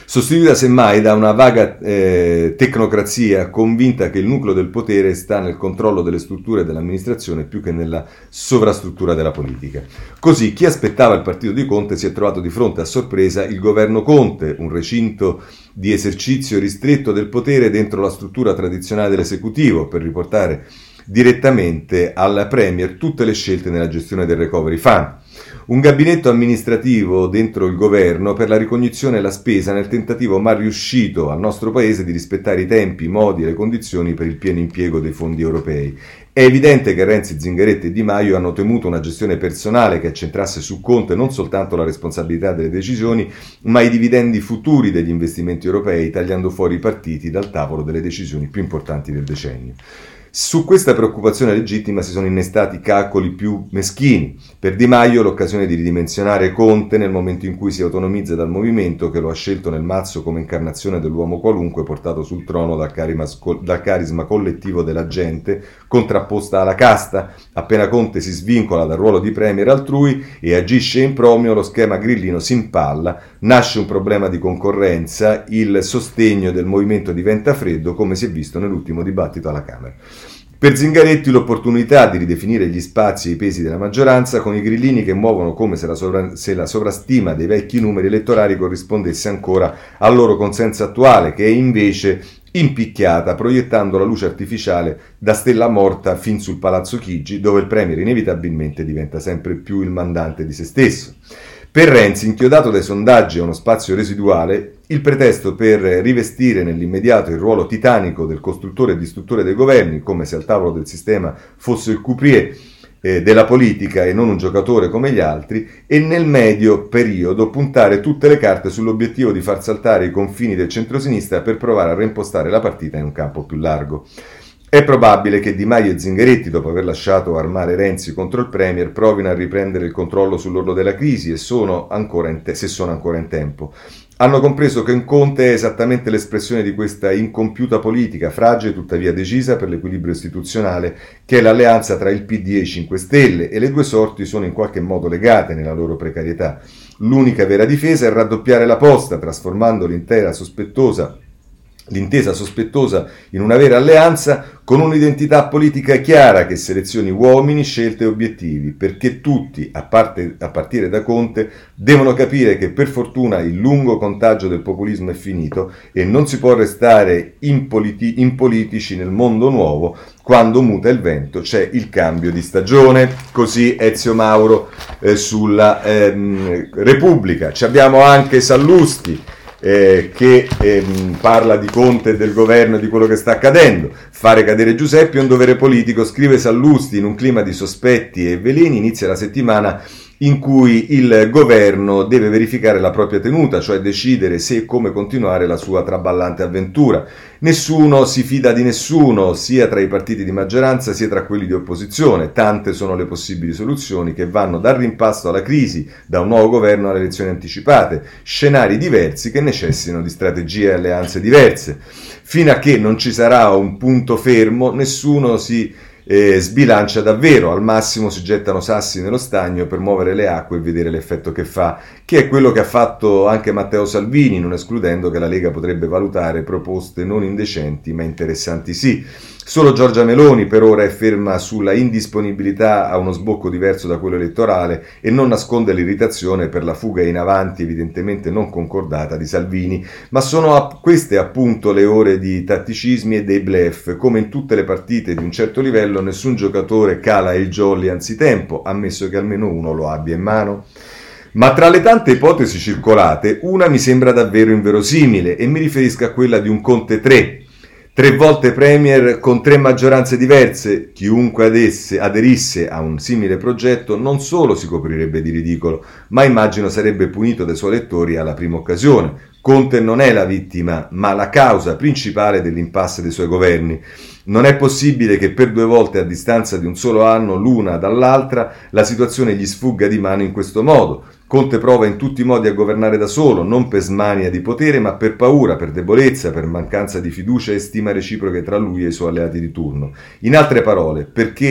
sostituita semmai da una vaga eh, tecnocrazia convinta che il nucleo del potere sta nel controllo delle strutture dell'amministrazione più che nella sovrastruttura della politica. Così chi aspettava il partito di Conte si è trovato di fronte a sorpresa il governo Conte, un recinto di esercizio ristretto del potere dentro la struttura tradizionale dell'esecutivo, per riportare direttamente al Premier tutte le scelte nella gestione del Recovery Fund. Un gabinetto amministrativo dentro il governo per la ricognizione e la spesa nel tentativo mal riuscito al nostro paese di rispettare i tempi, i modi e le condizioni per il pieno impiego dei fondi europei. È evidente che Renzi, Zingaretti e Di Maio hanno temuto una gestione personale che accentrasse su Conte non soltanto la responsabilità delle decisioni, ma i dividendi futuri degli investimenti europei, tagliando fuori i partiti dal tavolo delle decisioni più importanti del decennio. Su questa preoccupazione legittima si sono innestati calcoli più meschini. Per Di Maio l'occasione di ridimensionare Conte nel momento in cui si autonomizza dal movimento che lo ha scelto nel mazzo come incarnazione dell'uomo qualunque portato sul trono dal carisma, dal carisma collettivo della gente, contrapposta alla casta. Appena Conte si svincola dal ruolo di premier altrui e agisce in proprio, lo schema grillino si impalla, nasce un problema di concorrenza, il sostegno del movimento diventa freddo, come si è visto nell'ultimo dibattito alla Camera. Per Zingaretti l'opportunità di ridefinire gli spazi e i pesi della maggioranza con i grillini che muovono come se la, sovra- se la sovrastima dei vecchi numeri elettorali corrispondesse ancora al loro consenso attuale, che è invece impicchiata, proiettando la luce artificiale da stella morta fin sul Palazzo Chigi, dove il premier inevitabilmente diventa sempre più il mandante di se stesso. Per Renzi, inchiodato dai sondaggi a uno spazio residuale, il pretesto per rivestire nell'immediato il ruolo titanico del costruttore e distruttore dei governi, come se al tavolo del sistema fosse il couprier eh, della politica e non un giocatore come gli altri, e nel medio periodo puntare tutte le carte sull'obiettivo di far saltare i confini del centrosinistra per provare a reimpostare la partita in un campo più largo. È probabile che Di Maio e Zingaretti, dopo aver lasciato armare Renzi contro il Premier, provino a riprendere il controllo sull'orlo della crisi e sono ancora in te- se sono ancora in tempo. Hanno compreso che un Conte è esattamente l'espressione di questa incompiuta politica, fragile tuttavia decisa per l'equilibrio istituzionale, che è l'alleanza tra il P D e i cinque Stelle, e le due sorti sono in qualche modo legate nella loro precarietà. L'unica vera difesa è raddoppiare la posta, trasformando l'intera sospettosa L'intesa sospettosa in una vera alleanza con un'identità politica chiara che selezioni uomini, scelte e obiettivi, perché tutti, a, parte, a partire da Conte, devono capire che per fortuna il lungo contagio del populismo è finito e non si può restare impoliti, impolitici nel mondo nuovo. Quando muta il vento c'è il cambio di stagione. Così Ezio Mauro eh, sulla ehm, Repubblica. Ci abbiamo anche Sallusti, Eh, che ehm, parla di Conte e del governo e di quello che sta accadendo. Fare cadere Giuseppe è un dovere politico, scrive Sallusti. In un clima di sospetti e veleni inizia la settimana in cui il governo deve verificare la propria tenuta, cioè decidere se e come continuare la sua traballante avventura. Nessuno si fida di nessuno, sia tra i partiti di maggioranza sia tra quelli di opposizione. Tante sono le possibili soluzioni che vanno dal rimpasto alla crisi, da un nuovo governo alle elezioni anticipate, scenari diversi che necessitano di strategie e alleanze diverse. Fino a che non ci sarà un punto fermo, nessuno si Eh, sbilancia davvero. Al massimo si gettano sassi nello stagno per muovere le acque e vedere l'effetto che fa, che è quello che ha fatto anche Matteo Salvini, non escludendo che la Lega potrebbe valutare proposte non indecenti ma interessanti sì. Solo Giorgia Meloni per ora è ferma sulla indisponibilità a uno sbocco diverso da quello elettorale e non nasconde l'irritazione per la fuga in avanti evidentemente non concordata di Salvini, ma sono a queste appunto le ore di tatticismi e dei bluff. Come in tutte le partite di un certo livello, nessun giocatore cala il jolly anzitempo, ammesso che almeno uno lo abbia in mano. Ma tra le tante ipotesi circolate, una mi sembra davvero inverosimile e mi riferisco a quella di un Conte tre. Tre volte premier con tre maggioranze diverse. Chiunque adesse, aderisse a un simile progetto non solo si coprirebbe di ridicolo, ma immagino sarebbe punito dai suoi elettori alla prima occasione. Conte non è la vittima, ma la causa principale dell'impasse dei suoi governi. Non è possibile che per due volte a distanza di un solo anno, l'una dall'altra, la situazione gli sfugga di mano in questo modo. Conte prova in tutti i modi a governare da solo, non per smania di potere, ma per paura, per debolezza, per mancanza di fiducia e stima reciproche tra lui e i suoi alleati di turno. In altre parole, perché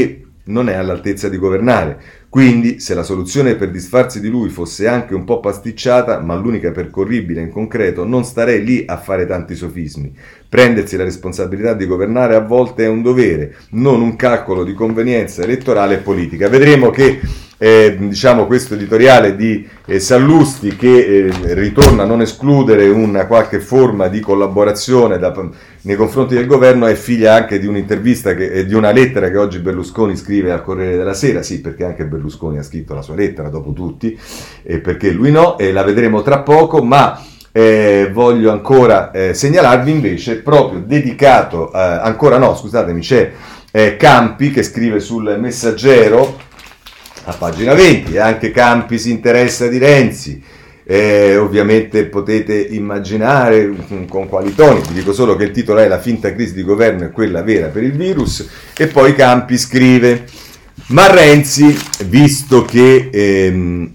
non è all'altezza di governare. Quindi, se la soluzione per disfarsi di lui fosse anche un po' pasticciata, ma l'unica percorribile in concreto, non starei lì a fare tanti sofismi. Prendersi la responsabilità di governare a volte è un dovere, non un calcolo di convenienza elettorale e politica. Vedremo che eh, diciamo questo editoriale di eh, Sallusti, che eh, ritorna a non escludere una qualche forma di collaborazione da, nei confronti del governo, è figlia anche di un'intervista che, eh, di una lettera che oggi Berlusconi scrive al Corriere della Sera. Sì, perché anche Berlusconi ha scritto la sua lettera, dopo tutti, e perché lui no, e la vedremo tra poco, ma eh, voglio ancora eh, segnalarvi invece, proprio dedicato, eh, ancora no, scusatemi, c'è eh, Campi che scrive sul Messaggero, a pagina venti, anche Campi si interessa di Renzi. Eh, ovviamente potete immaginare con quali toni, vi dico solo che il titolo è "La finta crisi di governo è quella vera per il virus", e poi Campi scrive: ma Renzi, visto che ehm,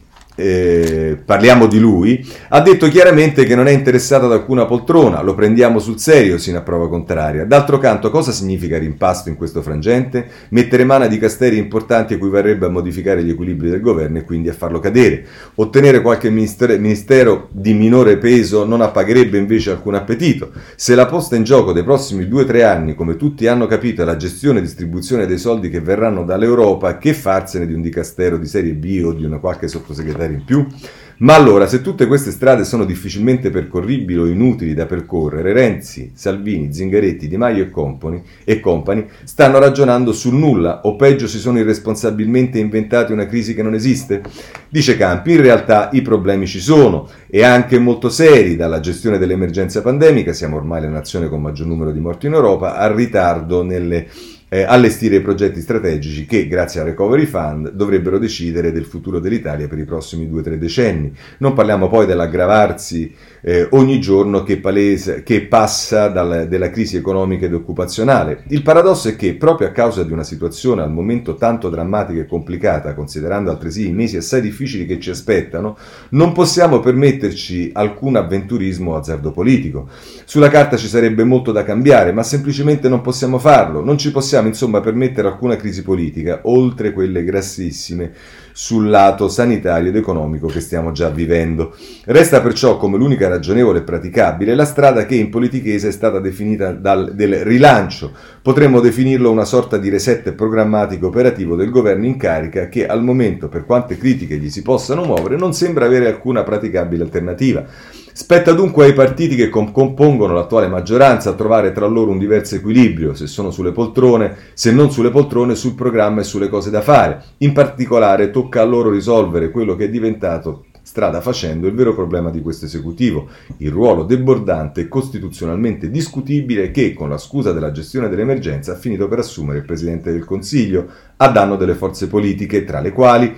eh, parliamo di lui, ha detto chiaramente che non è interessato ad alcuna poltrona, lo prendiamo sul serio sino a prova contraria. D'altro canto, cosa significa rimpasto in questo frangente? Mettere mano a dicasteri importanti equivarrebbe a modificare gli equilibri del governo e quindi a farlo cadere. Ottenere qualche ministero, ministero di minore peso non appagherebbe invece alcun appetito. Se la posta in gioco dei prossimi due o tre anni, come tutti hanno capito, è la gestione e distribuzione dei soldi che verranno dall'Europa, che farsene di un dicastero di serie B o di una qualche sottosegretaria in più? Ma allora, se tutte queste strade sono difficilmente percorribili o inutili da percorrere, Renzi, Salvini, Zingaretti, Di Maio e company, e company stanno ragionando sul nulla, o peggio si sono irresponsabilmente inventati una crisi che non esiste? Dice Campi: in realtà i problemi ci sono, e anche molto seri, dalla gestione dell'emergenza pandemica, siamo ormai la nazione con maggior numero di morti in Europa, al ritardo nelle Eh, allestire i progetti strategici che, grazie al Recovery Fund, dovrebbero decidere del futuro dell'Italia per i prossimi due o tre decenni. Non parliamo poi dell'aggravarsi eh, ogni giorno che, palese, che passa dal, della crisi economica ed occupazionale. Il paradosso è che, proprio a causa di una situazione al momento tanto drammatica e complicata, considerando altresì i mesi assai difficili che ci aspettano, non possiamo permetterci alcun avventurismo o azzardo politico. Sulla carta ci sarebbe molto da cambiare, ma semplicemente non possiamo farlo. Non ci possiamo insomma permettere alcuna crisi politica, oltre quelle grassissime sul lato sanitario ed economico che stiamo già vivendo. Resta perciò come l'unica ragionevole e praticabile la strada che in politichese è stata definita dal, del rilancio. Potremmo definirlo una sorta di reset programmatico operativo del governo in carica che al momento, per quante critiche gli si possano muovere, non sembra avere alcuna praticabile alternativa. Spetta dunque ai partiti che compongono l'attuale maggioranza a trovare tra loro un diverso equilibrio, se sono sulle poltrone, se non sulle poltrone, sul programma e sulle cose da fare. In particolare tocca a loro risolvere quello che è diventato, strada facendo, il vero problema di questo esecutivo, il ruolo debordante e costituzionalmente discutibile che, con la scusa della gestione dell'emergenza, ha finito per assumere il Presidente del Consiglio, a danno delle forze politiche, tra le quali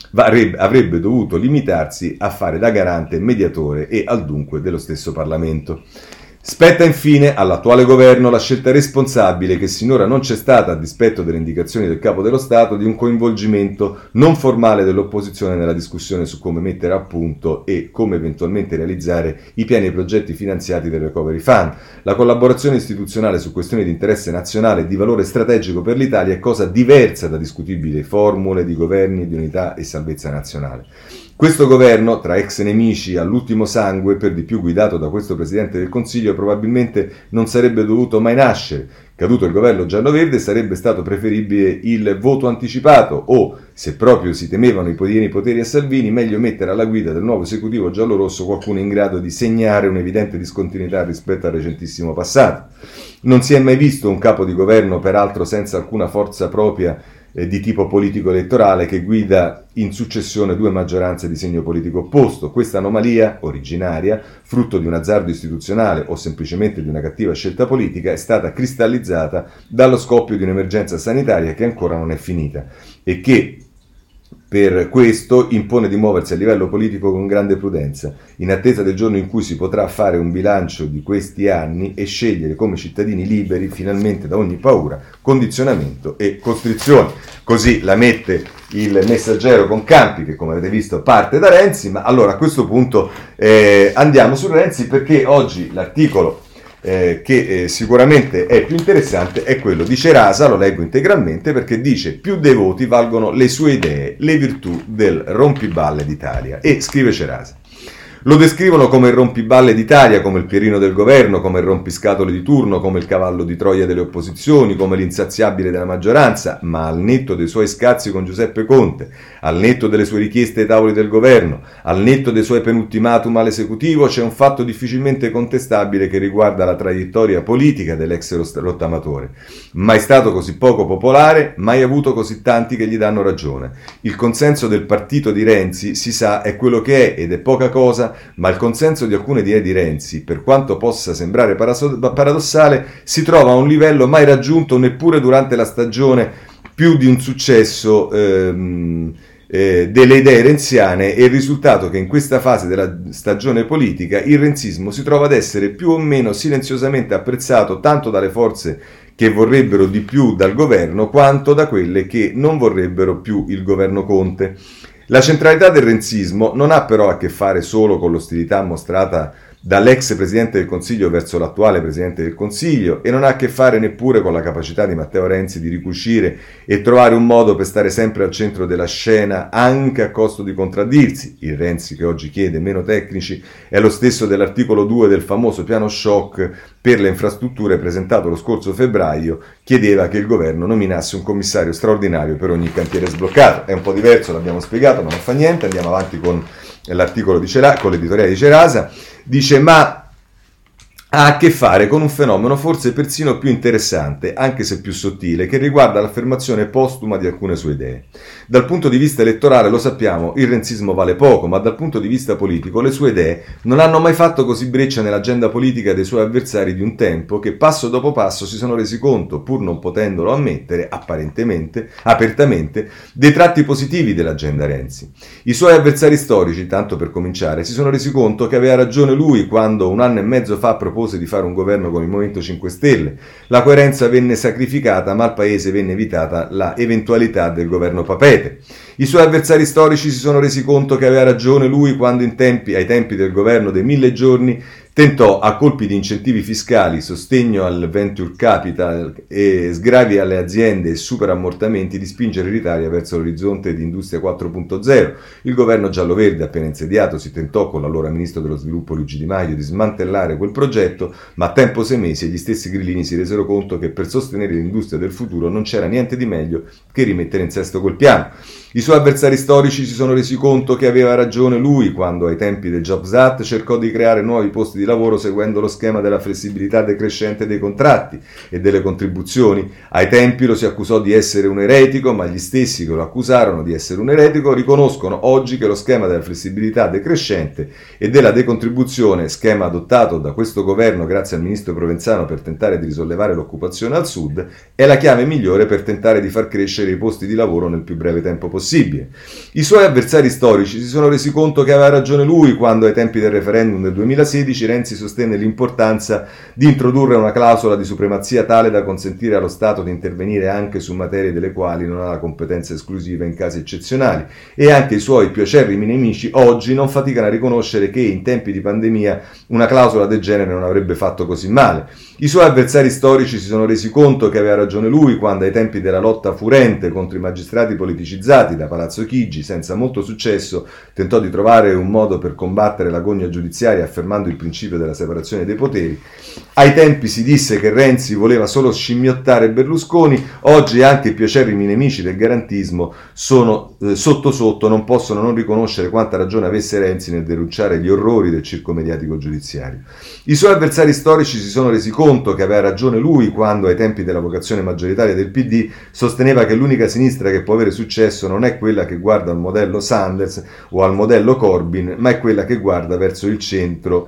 avrebbe dovuto limitarsi a fare da garante, mediatore e al dunque dello stesso Parlamento. Spetta infine all'attuale governo la scelta responsabile, che sinora non c'è stata a dispetto delle indicazioni del Capo dello Stato, di un coinvolgimento non formale dell'opposizione nella discussione su come mettere a punto e come eventualmente realizzare i piani e progetti finanziati del Recovery Fund. La collaborazione istituzionale su questioni di interesse nazionale e di valore strategico per l'Italia è cosa diversa da discutibili formule di governi di unità e salvezza nazionale. Questo governo, tra ex nemici all'ultimo sangue, per di più guidato da questo Presidente del Consiglio, probabilmente non sarebbe dovuto mai nascere. Caduto il governo giallo-verde, sarebbe stato preferibile il voto anticipato o, se proprio si temevano i pieni poteri a Salvini, meglio mettere alla guida del nuovo esecutivo giallo-rosso qualcuno in grado di segnare un'evidente discontinuità rispetto al recentissimo passato. Non si è mai visto un capo di governo, peraltro senza alcuna forza propria di tipo politico-elettorale, che guida in successione due maggioranze di segno politico opposto. Questa anomalia, originaria, frutto di un azzardo istituzionale o semplicemente di una cattiva scelta politica, è stata cristallizzata dallo scoppio di un'emergenza sanitaria che ancora non è finita e che, per questo, impone di muoversi a livello politico con grande prudenza, in attesa del giorno in cui si potrà fare un bilancio di questi anni e scegliere come cittadini liberi finalmente da ogni paura, condizionamento e costrizione. Così la mette il Messaggero con Campi, che come avete visto parte da Renzi. Ma allora a questo punto eh, andiamo su Renzi, perché oggi l'articolo eh, che eh, sicuramente è più interessante è quello di Cerasa, lo leggo integralmente perché dice: più dei voti valgono le sue idee, le virtù del rompiballe d'Italia. E scrive Cerasa: lo descrivono come il rompiballe d'Italia, come il Pierino del governo, come il rompiscatole di turno, come il cavallo di Troia delle opposizioni, come l'insaziabile della maggioranza, ma al netto dei suoi scazzi con Giuseppe Conte, al netto delle sue richieste ai tavoli del governo, al netto dei suoi penultimatum all'esecutivo, c'è un fatto difficilmente contestabile che riguarda la traiettoria politica dell'ex rottamatore. Mai stato così poco popolare, mai avuto così tanti che gli danno ragione. Il consenso del partito di Renzi, si sa, è quello che è ed è poca cosa, ma il consenso di alcune idee di Renzi, per quanto possa sembrare paradossale, si trova a un livello mai raggiunto neppure durante la stagione più di un successo ehm, eh, delle idee renziane, e il risultato è che in questa fase della stagione politica il renzismo si trova ad essere più o meno silenziosamente apprezzato tanto dalle forze che vorrebbero di più dal governo quanto da quelle che non vorrebbero più il governo Conte. La centralità del renzismo non ha però a che fare solo con l'ostilità mostrata dall'ex Presidente del Consiglio verso l'attuale Presidente del Consiglio, e non ha a che fare neppure con la capacità di Matteo Renzi di ricucire e trovare un modo per stare sempre al centro della scena anche a costo di contraddirsi. Il Renzi che oggi chiede meno tecnici è lo stesso dell'articolo due del famoso piano shock per le infrastrutture presentato lo scorso febbraio, chiedeva che il governo nominasse un commissario straordinario per ogni cantiere sbloccato. È un po' diverso, l'abbiamo spiegato, ma non fa niente, andiamo avanti con l'articolo di Cerasa, con l'editoriale di Cerasa. Dice: ma ha a che fare con un fenomeno forse persino più interessante, anche se più sottile, che riguarda l'affermazione postuma di alcune sue idee. Dal punto di vista elettorale, lo sappiamo, il renzismo vale poco, ma dal punto di vista politico le sue idee non hanno mai fatto così breccia nell'agenda politica dei suoi avversari di un tempo, che passo dopo passo si sono resi conto, pur non potendolo ammettere apparentemente, apertamente, dei tratti positivi dell'agenda Renzi. I suoi avversari storici, tanto per cominciare, si sono resi conto che aveva ragione lui quando un anno e mezzo fa propose di fare un governo con il Movimento cinque Stelle. La coerenza venne sacrificata, ma al paese venne evitata la eventualità del governo Papete. I suoi avversari storici si sono resi conto che aveva ragione lui quando in tempi, ai tempi del governo dei mille giorni tentò a colpi di incentivi fiscali, sostegno al venture capital e sgravi alle aziende e superammortamenti di spingere l'Italia verso l'orizzonte di Industria quattro punto zero. Il governo giallo-verde appena insediato si tentò con l'allora ministro dello sviluppo Luigi Di Maio di smantellare quel progetto, ma a tempo sei mesi e gli stessi grillini si resero conto che per sostenere l'industria del futuro non c'era niente di meglio che rimettere in sesto quel piano. I suoi avversari storici si sono resi conto che aveva ragione lui quando ai tempi del Jobs Act cercò di creare nuovi posti di lavoro seguendo lo schema della flessibilità decrescente dei contratti e delle contribuzioni. Ai tempi lo si accusò di essere un eretico, ma gli stessi che lo accusarono di essere un eretico riconoscono oggi che lo schema della flessibilità decrescente e della decontribuzione, schema adottato da questo governo grazie al ministro Provenzano per tentare di risollevare l'occupazione al sud, è la chiave migliore per tentare di far crescere i posti di lavoro nel più breve tempo possibile. I suoi avversari storici si sono resi conto che aveva ragione lui quando ai tempi del referendum del duemilasedici Renzi sostenne l'importanza di introdurre una clausola di supremazia tale da consentire allo Stato di intervenire anche su materie delle quali non ha la competenza esclusiva in casi eccezionali, e anche i suoi più acerrimi nemici oggi non faticano a riconoscere che in tempi di pandemia una clausola del genere non avrebbe fatto così male. I suoi avversari storici si sono resi conto che aveva ragione lui quando ai tempi della lotta furente contro i magistrati politicizzati da Palazzo Chigi, senza molto successo, tentò di trovare un modo per combattere la gogna giudiziaria affermando il principio della separazione dei poteri. Ai tempi si disse che Renzi voleva solo scimmiottare Berlusconi, oggi anche i più acerrimi nemici del garantismo sono eh, sotto sotto non possono non riconoscere quanta ragione avesse Renzi nel denunciare gli orrori del circo mediatico giudiziario. I suoi avversari storici si sono resi conto che aveva ragione lui quando ai tempi della vocazione maggioritaria del P D sosteneva che l'unica sinistra che può avere successo non è quella che guarda al modello Sanders o al modello Corbyn, ma è quella che guarda verso il centro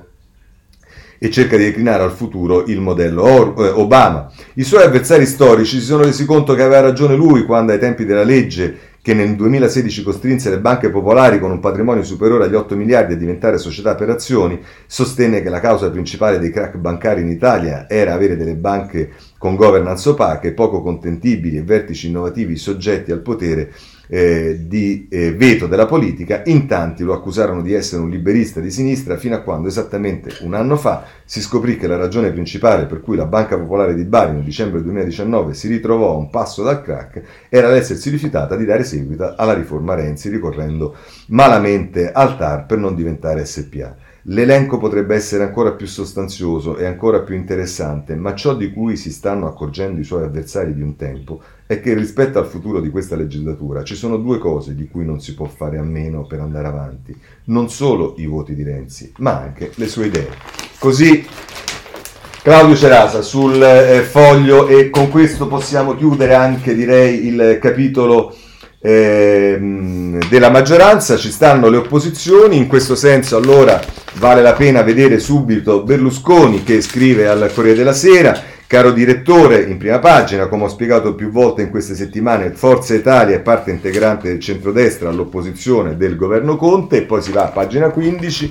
e cerca di declinare al futuro il modello Or- eh, Obama. I suoi avversari storici si sono resi conto che aveva ragione lui quando ai tempi della legge che nel duemilasedici costrinse le banche popolari con un patrimonio superiore agli otto miliardi a diventare società per azioni, sostenne che la causa principale dei crack bancari in Italia era avere delle banche con governance opache, poco contentibili e vertici innovativi soggetti al potere eh, di eh, veto della politica. In tanti lo accusarono di essere un liberista di sinistra, fino a quando esattamente un anno fa si scoprì che la ragione principale per cui la Banca Popolare di Bari nel dicembre duemiladiciannove si ritrovò a un passo dal crack era l'essersi rifiutata di dare seguito alla riforma Renzi, ricorrendo malamente al T A R per non diventare S P A. L'elenco potrebbe essere ancora più sostanzioso e ancora più interessante, ma ciò di cui si stanno accorgendo i suoi avversari di un tempo è che rispetto al futuro di questa legislatura ci sono due cose di cui non si può fare a meno per andare avanti: non solo i voti di Renzi, ma anche le sue idee. Così Claudio Cerasa sul eh, Foglio, e con questo possiamo chiudere anche, direi, il capitolo eh, della maggioranza. Ci stanno le opposizioni, in questo senso allora vale la pena vedere subito Berlusconi che scrive al Corriere della Sera: caro direttore, in prima pagina, come ho spiegato più volte in queste settimane, Forza Italia è parte integrante del centrodestra all'opposizione del governo Conte. E poi si va a pagina quindici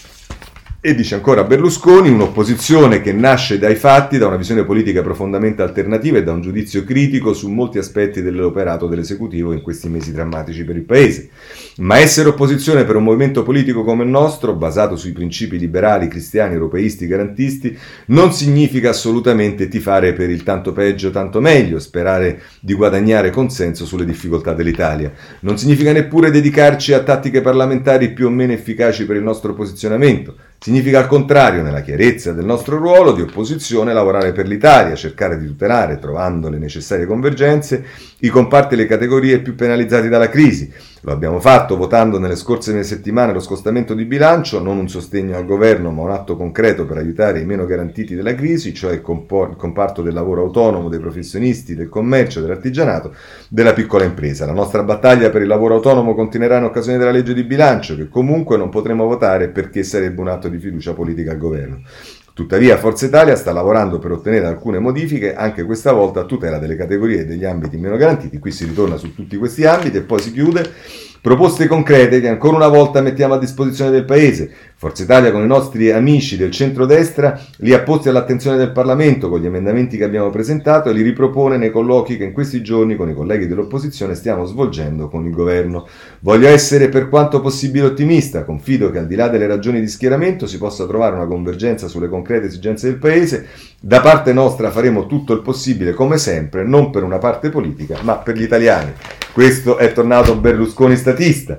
e dice ancora Berlusconi: un'opposizione che nasce dai fatti, da una visione politica profondamente alternativa e da un giudizio critico su molti aspetti dell'operato dell'esecutivo in questi mesi drammatici per il paese. Ma essere opposizione per un movimento politico come il nostro, basato sui principi liberali, cristiani, europeisti, garantisti, non significa assolutamente tifare per il tanto peggio, tanto meglio, sperare di guadagnare consenso sulle difficoltà dell'Italia. Non significa neppure dedicarci a tattiche parlamentari più o meno efficaci per il nostro posizionamento. Significa al contrario, nella chiarezza del nostro ruolo di opposizione, lavorare per l'Italia, cercare di tutelare, trovando le necessarie convergenze, i comparti e le categorie più penalizzati dalla crisi. Lo abbiamo fatto votando nelle scorse settimane lo scostamento di bilancio, non un sostegno al governo, ma un atto concreto per aiutare i meno garantiti della crisi, cioè il, compor- il comparto del lavoro autonomo, dei professionisti, del commercio, dell'artigianato, della piccola impresa. La nostra battaglia per il lavoro autonomo continuerà in occasione della legge di bilancio, che comunque non potremo votare perché sarebbe un atto di fiducia politica al governo. Tuttavia Forza Italia sta lavorando per ottenere alcune modifiche, anche questa volta a tutela delle categorie e degli ambiti meno garantiti. Qui si ritorna su tutti questi ambiti e poi si chiude. Proposte concrete che ancora una volta mettiamo a disposizione del Paese. Forza Italia, con i nostri amici del centrodestra, li ha posti all'attenzione del Parlamento con gli emendamenti che abbiamo presentato e li ripropone nei colloqui che in questi giorni con i colleghi dell'opposizione stiamo svolgendo con il governo. Voglio essere per quanto possibile ottimista, confido che al di là delle ragioni di schieramento si possa trovare una convergenza sulle concrete esigenze del Paese. Da parte nostra faremo tutto il possibile, come sempre, non per una parte politica, ma per gli italiani. Questo è tornato Berlusconi statista.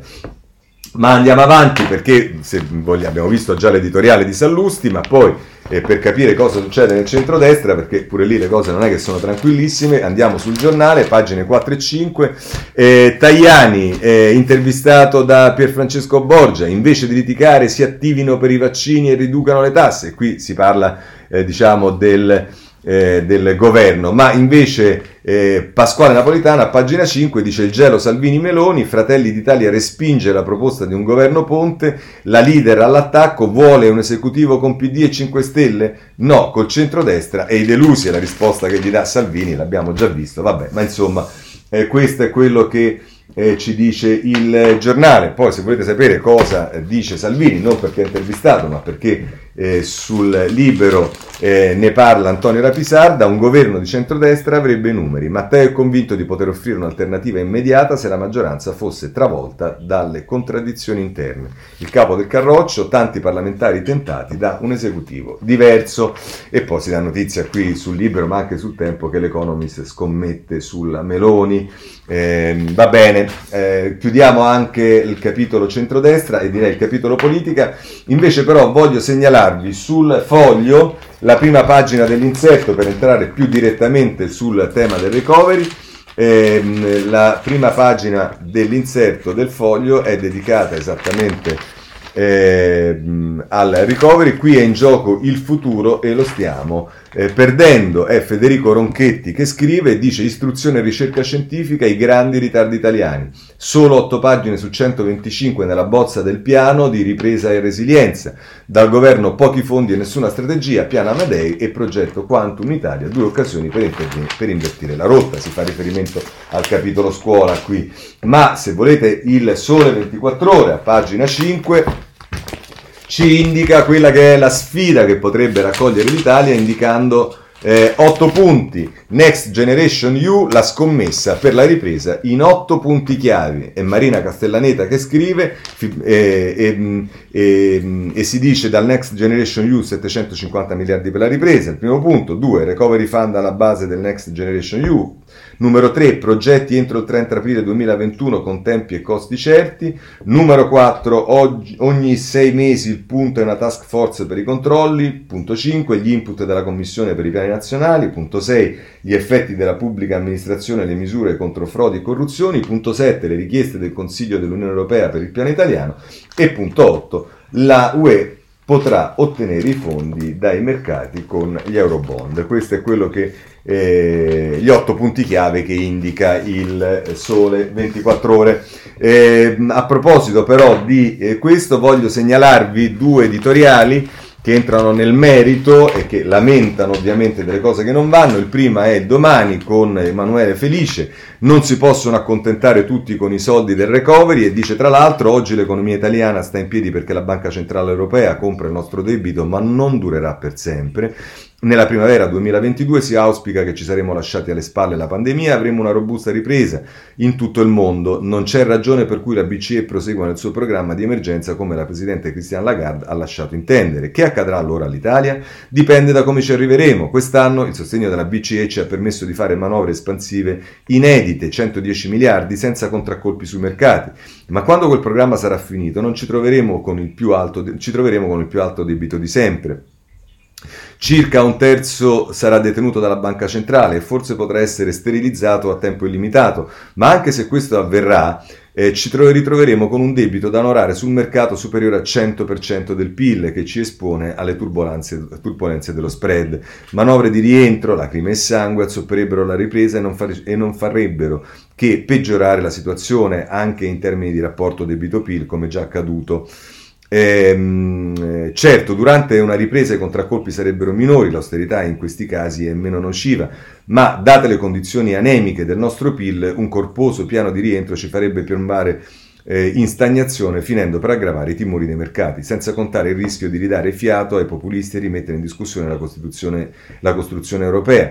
Ma andiamo avanti, perché se vogliamo, abbiamo visto già l'editoriale di Sallusti, ma poi eh, per capire cosa succede nel centrodestra, perché pure lì le cose non è che sono tranquillissime, andiamo sul giornale, pagine quattro e cinque. eh, Tajani, eh, intervistato da Pierfrancesco Borgia: invece di litigare si attivino per i vaccini e riducano le tasse. Qui si parla eh, diciamo del... Eh, del governo, ma invece eh, Pasquale Napolitano a pagina cinque dice: il gelo Salvini-Meloni, Fratelli d'Italia respinge la proposta di un governo Ponte, la leader all'attacco, vuole un esecutivo con P D e cinque Stelle? No, col centrodestra e i delusi, è la risposta che gli dà Salvini, l'abbiamo già visto, vabbè, ma insomma eh, questo è quello che Eh, ci dice il giornale. Poi, se volete sapere cosa dice Salvini, non perché è intervistato, ma perché eh, sul Libero eh, ne parla Antonio Rapisarda: un governo di centrodestra avrebbe i numeri. Matteo è convinto di poter offrire un'alternativa immediata se la maggioranza fosse travolta dalle contraddizioni interne. Il capo del Carroccio: tanti parlamentari tentati da un esecutivo diverso. E poi si dà notizia qui sul Libero, ma anche sul Tempo, che l'Economist scommette sulla Meloni. Eh, va bene, eh, chiudiamo anche il capitolo centrodestra e direi il capitolo politica. Invece però voglio segnalarvi sul Foglio la prima pagina dell'inserto per entrare più direttamente sul tema del recovery. Eh, la prima pagina dell'inserto del Foglio è dedicata esattamente Eh, al recovery. Qui è in gioco il futuro e lo stiamo eh, perdendo. È Federico Ronchetti che scrive, dice: istruzione e ricerca scientifica, i grandi ritardi italiani, solo otto pagine su centoventicinque nella bozza del piano di ripresa e resilienza, dal governo pochi fondi e nessuna strategia, piano Amadei e progetto Quantum Italia, due occasioni per, interve- per invertire la rotta. Si fa riferimento al capitolo scuola qui, ma se volete il Sole ventiquattro Ore a pagina cinque ci indica quella che è la sfida che potrebbe raccogliere l'Italia, indicando Eh, otto punti, Next Generation E U, la scommessa per la ripresa in otto punti chiavi. È Marina Castellaneta che scrive eh, eh, eh, e si dice dal Next Generation E U settecentocinquanta miliardi per la ripresa, il primo punto. Due, Recovery Fund alla base del Next Generation E U. Numero tre, progetti entro il trenta aprile duemilaventuno con tempi e costi certi. Numero quattro, oggi, ogni sei mesi il punto è una task force per i controlli. Punto cinque, gli input della Commissione per i piani nazionali. Punto sei, gli effetti della pubblica amministrazione e le misure contro frodi e corruzioni. Punto sette, le richieste del Consiglio dell'Unione Europea per il piano italiano. E punto otto, la U E potrà ottenere i fondi dai mercati con gli Eurobond. Questo è quello che eh, gli otto punti chiave che indica il Sole ventiquattro Ore. Eh, a proposito però di eh, questo, voglio segnalarvi due editoriali che entrano nel merito e che lamentano ovviamente delle cose che non vanno. Il prima è Domani con Emanuele Felice: non si possono accontentare tutti con i soldi del recovery, e dice tra l'altro oggi l'economia italiana sta in piedi perché la Banca Centrale Europea compra il nostro debito, ma non durerà per sempre. Nella primavera duemilaventidue si auspica che ci saremo lasciati alle spalle la pandemia e avremo una robusta ripresa in tutto il mondo. Non c'è ragione per cui la B C E prosegua nel suo programma di emergenza, come la Presidente Christine Lagarde ha lasciato intendere. Che accadrà allora all'Italia? Dipende da come ci arriveremo. Quest'anno il sostegno della B C E ci ha permesso di fare manovre espansive inedite, centodieci miliardi senza contraccolpi sui mercati. Ma quando quel programma sarà finito non ci troveremo con il più alto, ci troveremo con il più alto debito di sempre. Circa un terzo sarà detenuto dalla Banca Centrale e forse potrà essere sterilizzato a tempo illimitato, ma anche se questo avverrà, eh, ci tro- ritroveremo con un debito da onorare sul mercato superiore al cento per cento del P I L, che ci espone alle turbolenze, turbolenze dello spread. Manovre di rientro, lacrime e sangue azzopperebbero la ripresa e non, far- e non farebbero che peggiorare la situazione anche in termini di rapporto debito-P I L, come già accaduto. Eh, certo, durante una ripresa i contraccolpi sarebbero minori, l'austerità in questi casi è meno nociva, ma date le condizioni anemiche del nostro P I L, un corposo piano di rientro ci farebbe piombare eh, in stagnazione, finendo per aggravare i timori dei mercati, senza contare il rischio di ridare fiato ai populisti e rimettere in discussione la Costituzione, la costruzione europea.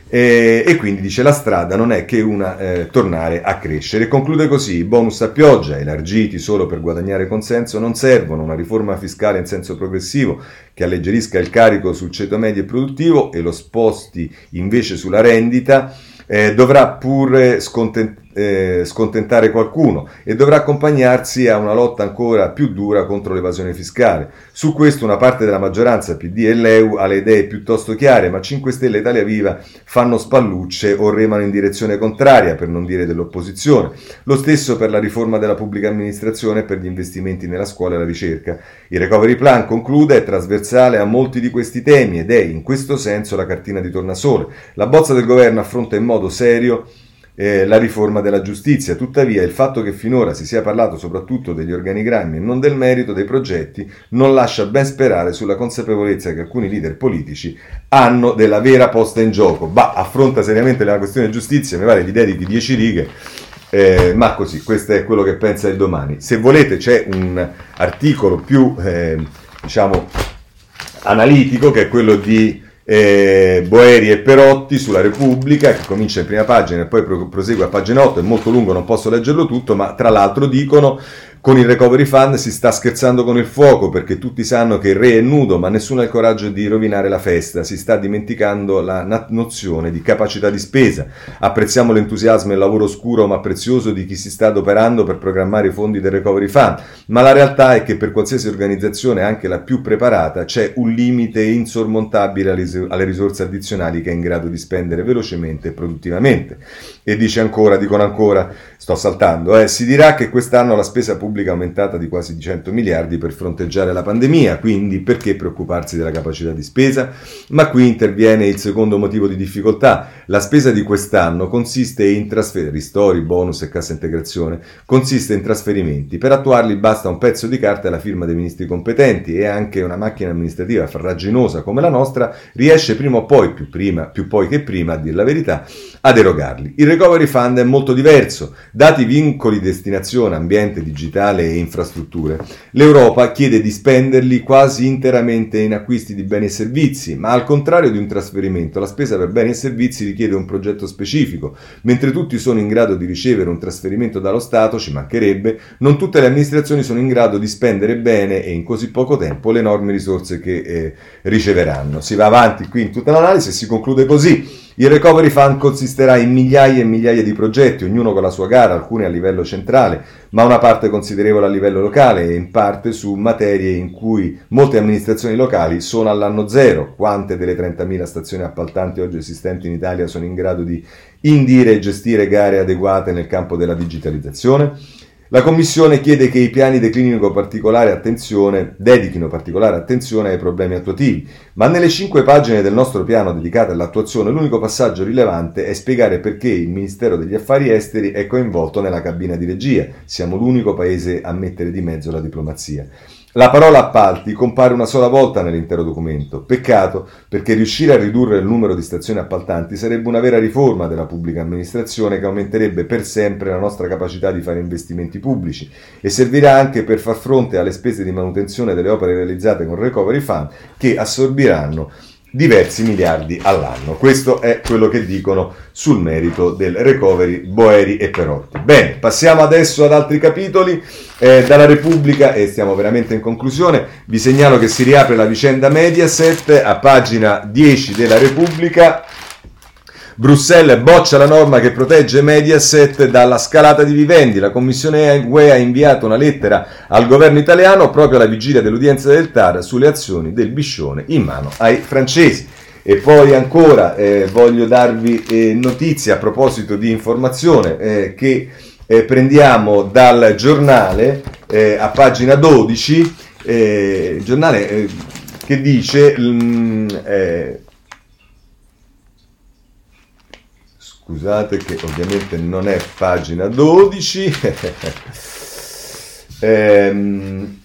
E, e quindi dice la strada non è che una eh, tornare a crescere. Conclude così: i bonus a pioggia elargiti solo per guadagnare consenso non servono, una riforma fiscale in senso progressivo che alleggerisca il carico sul ceto medio e produttivo e lo sposti invece sulla rendita eh, dovrà pure scontent- eh, scontentare qualcuno e dovrà accompagnarsi a una lotta ancora più dura contro l'evasione fiscale. Su questo una parte della maggioranza, P D e l'E U, ha le idee piuttosto chiare, ma cinque Stelle e Italia Viva fanno spallucce o remano in direzione contraria, per non dire dell'opposizione. Lo stesso per la riforma della pubblica amministrazione e per gli investimenti nella scuola e la ricerca. Il Recovery Plan, conclude, è trasversale a molti di questi temi ed è in questo senso la cartina di tornasole. La bozza del governo affronta in modo serio Eh, la riforma della giustizia. Tuttavia il fatto che finora si sia parlato soprattutto degli organigrammi e non del merito dei progetti non lascia ben sperare sulla consapevolezza che alcuni leader politici hanno della vera posta in gioco. Bah, affronta seriamente la questione giustizia, mi pare gli dedichi dieci righe, eh, ma così, questo è quello che pensa il Domani. Se volete c'è un articolo più eh, diciamo analitico, che è quello di Eh, Boeri e Perotti sulla Repubblica, che comincia in prima pagina e poi pro- prosegue a pagina otto, è molto lungo, non posso leggerlo tutto, ma tra l'altro dicono: con il Recovery Fund si sta scherzando con il fuoco perché tutti sanno che il re è nudo, ma nessuno ha il coraggio di rovinare la festa. Si sta dimenticando la na- nozione di capacità di spesa. Apprezziamo l'entusiasmo e il lavoro oscuro ma prezioso di chi si sta adoperando per programmare i fondi del Recovery Fund, ma la realtà è che per qualsiasi organizzazione, anche la più preparata, c'è un limite insormontabile alle, alle risorse addizionali che è in grado di spendere velocemente e produttivamente. E dice ancora, dicono ancora, sto saltando, eh, si dirà che quest'anno la spesa pubblica è aumentata di quasi cento miliardi per fronteggiare la pandemia, quindi perché preoccuparsi della capacità di spesa? Ma qui interviene il secondo motivo di difficoltà. La spesa di quest'anno consiste in trasferimenti, ristori, bonus e cassa integrazione, consiste in trasferimenti. Per attuarli basta un pezzo di carta e la firma dei ministri competenti, e anche una macchina amministrativa farraginosa come la nostra riesce prima o poi, più prima, più poi che prima, a dir la verità, ad erogarli. Il Recovery Fund è molto diverso. Dati i vincoli di destinazione, ambiente digitale, capitale e infrastrutture. L'Europa chiede di spenderli quasi interamente in acquisti di beni e servizi, ma al contrario di un trasferimento, la spesa per beni e servizi richiede un progetto specifico. Mentre tutti sono in grado di ricevere un trasferimento dallo Stato, ci mancherebbe, non tutte le amministrazioni sono in grado di spendere bene e in così poco tempo le enormi risorse che eh, riceveranno. Si va avanti qui in tutta l'analisi e si conclude così. Il Recovery Fund consisterà in migliaia e migliaia di progetti, ognuno con la sua gara, alcuni a livello centrale, ma una parte considerevole a livello locale e in parte su materie in cui molte amministrazioni locali sono all'anno zero. Quante delle trentamila stazioni appaltanti oggi esistenti in Italia sono in grado di indire e gestire gare adeguate nel campo della digitalizzazione? La Commissione chiede che i piani declinino particolare attenzione, dedichino particolare attenzione ai problemi attuativi, ma nelle cinque pagine del nostro piano dedicate all'attuazione l'unico passaggio rilevante è spiegare perché il Ministero degli Affari Esteri è coinvolto nella cabina di regia. Siamo l'unico paese a mettere di mezzo la diplomazia. La parola appalti compare una sola volta nell'intero documento. Peccato, perché riuscire a ridurre il numero di stazioni appaltanti sarebbe una vera riforma della pubblica amministrazione che aumenterebbe per sempre la nostra capacità di fare investimenti pubblici e servirà anche per far fronte alle spese di manutenzione delle opere realizzate con Recovery Fund che assorbiranno diversi miliardi all'anno. Questo è quello che dicono sul merito del recovery Boeri e Perotti. Bene, passiamo adesso ad altri capitoli eh, dalla Repubblica e stiamo veramente in conclusione. Vi segnalo che si riapre la vicenda Mediaset a pagina dieci della Repubblica. Bruxelles boccia la norma che protegge Mediaset dalla scalata di Vivendi. La Commissione U E ha inviato una lettera al governo italiano proprio alla vigilia dell'udienza del T A R sulle azioni del Biscione in mano ai francesi. E poi ancora eh, voglio darvi eh, notizie a proposito di informazione eh, che eh, prendiamo dal giornale eh, a pagina dodici, eh, giornale eh, che dice... Mh, eh, Scusate che ovviamente non è pagina dodici, ehm,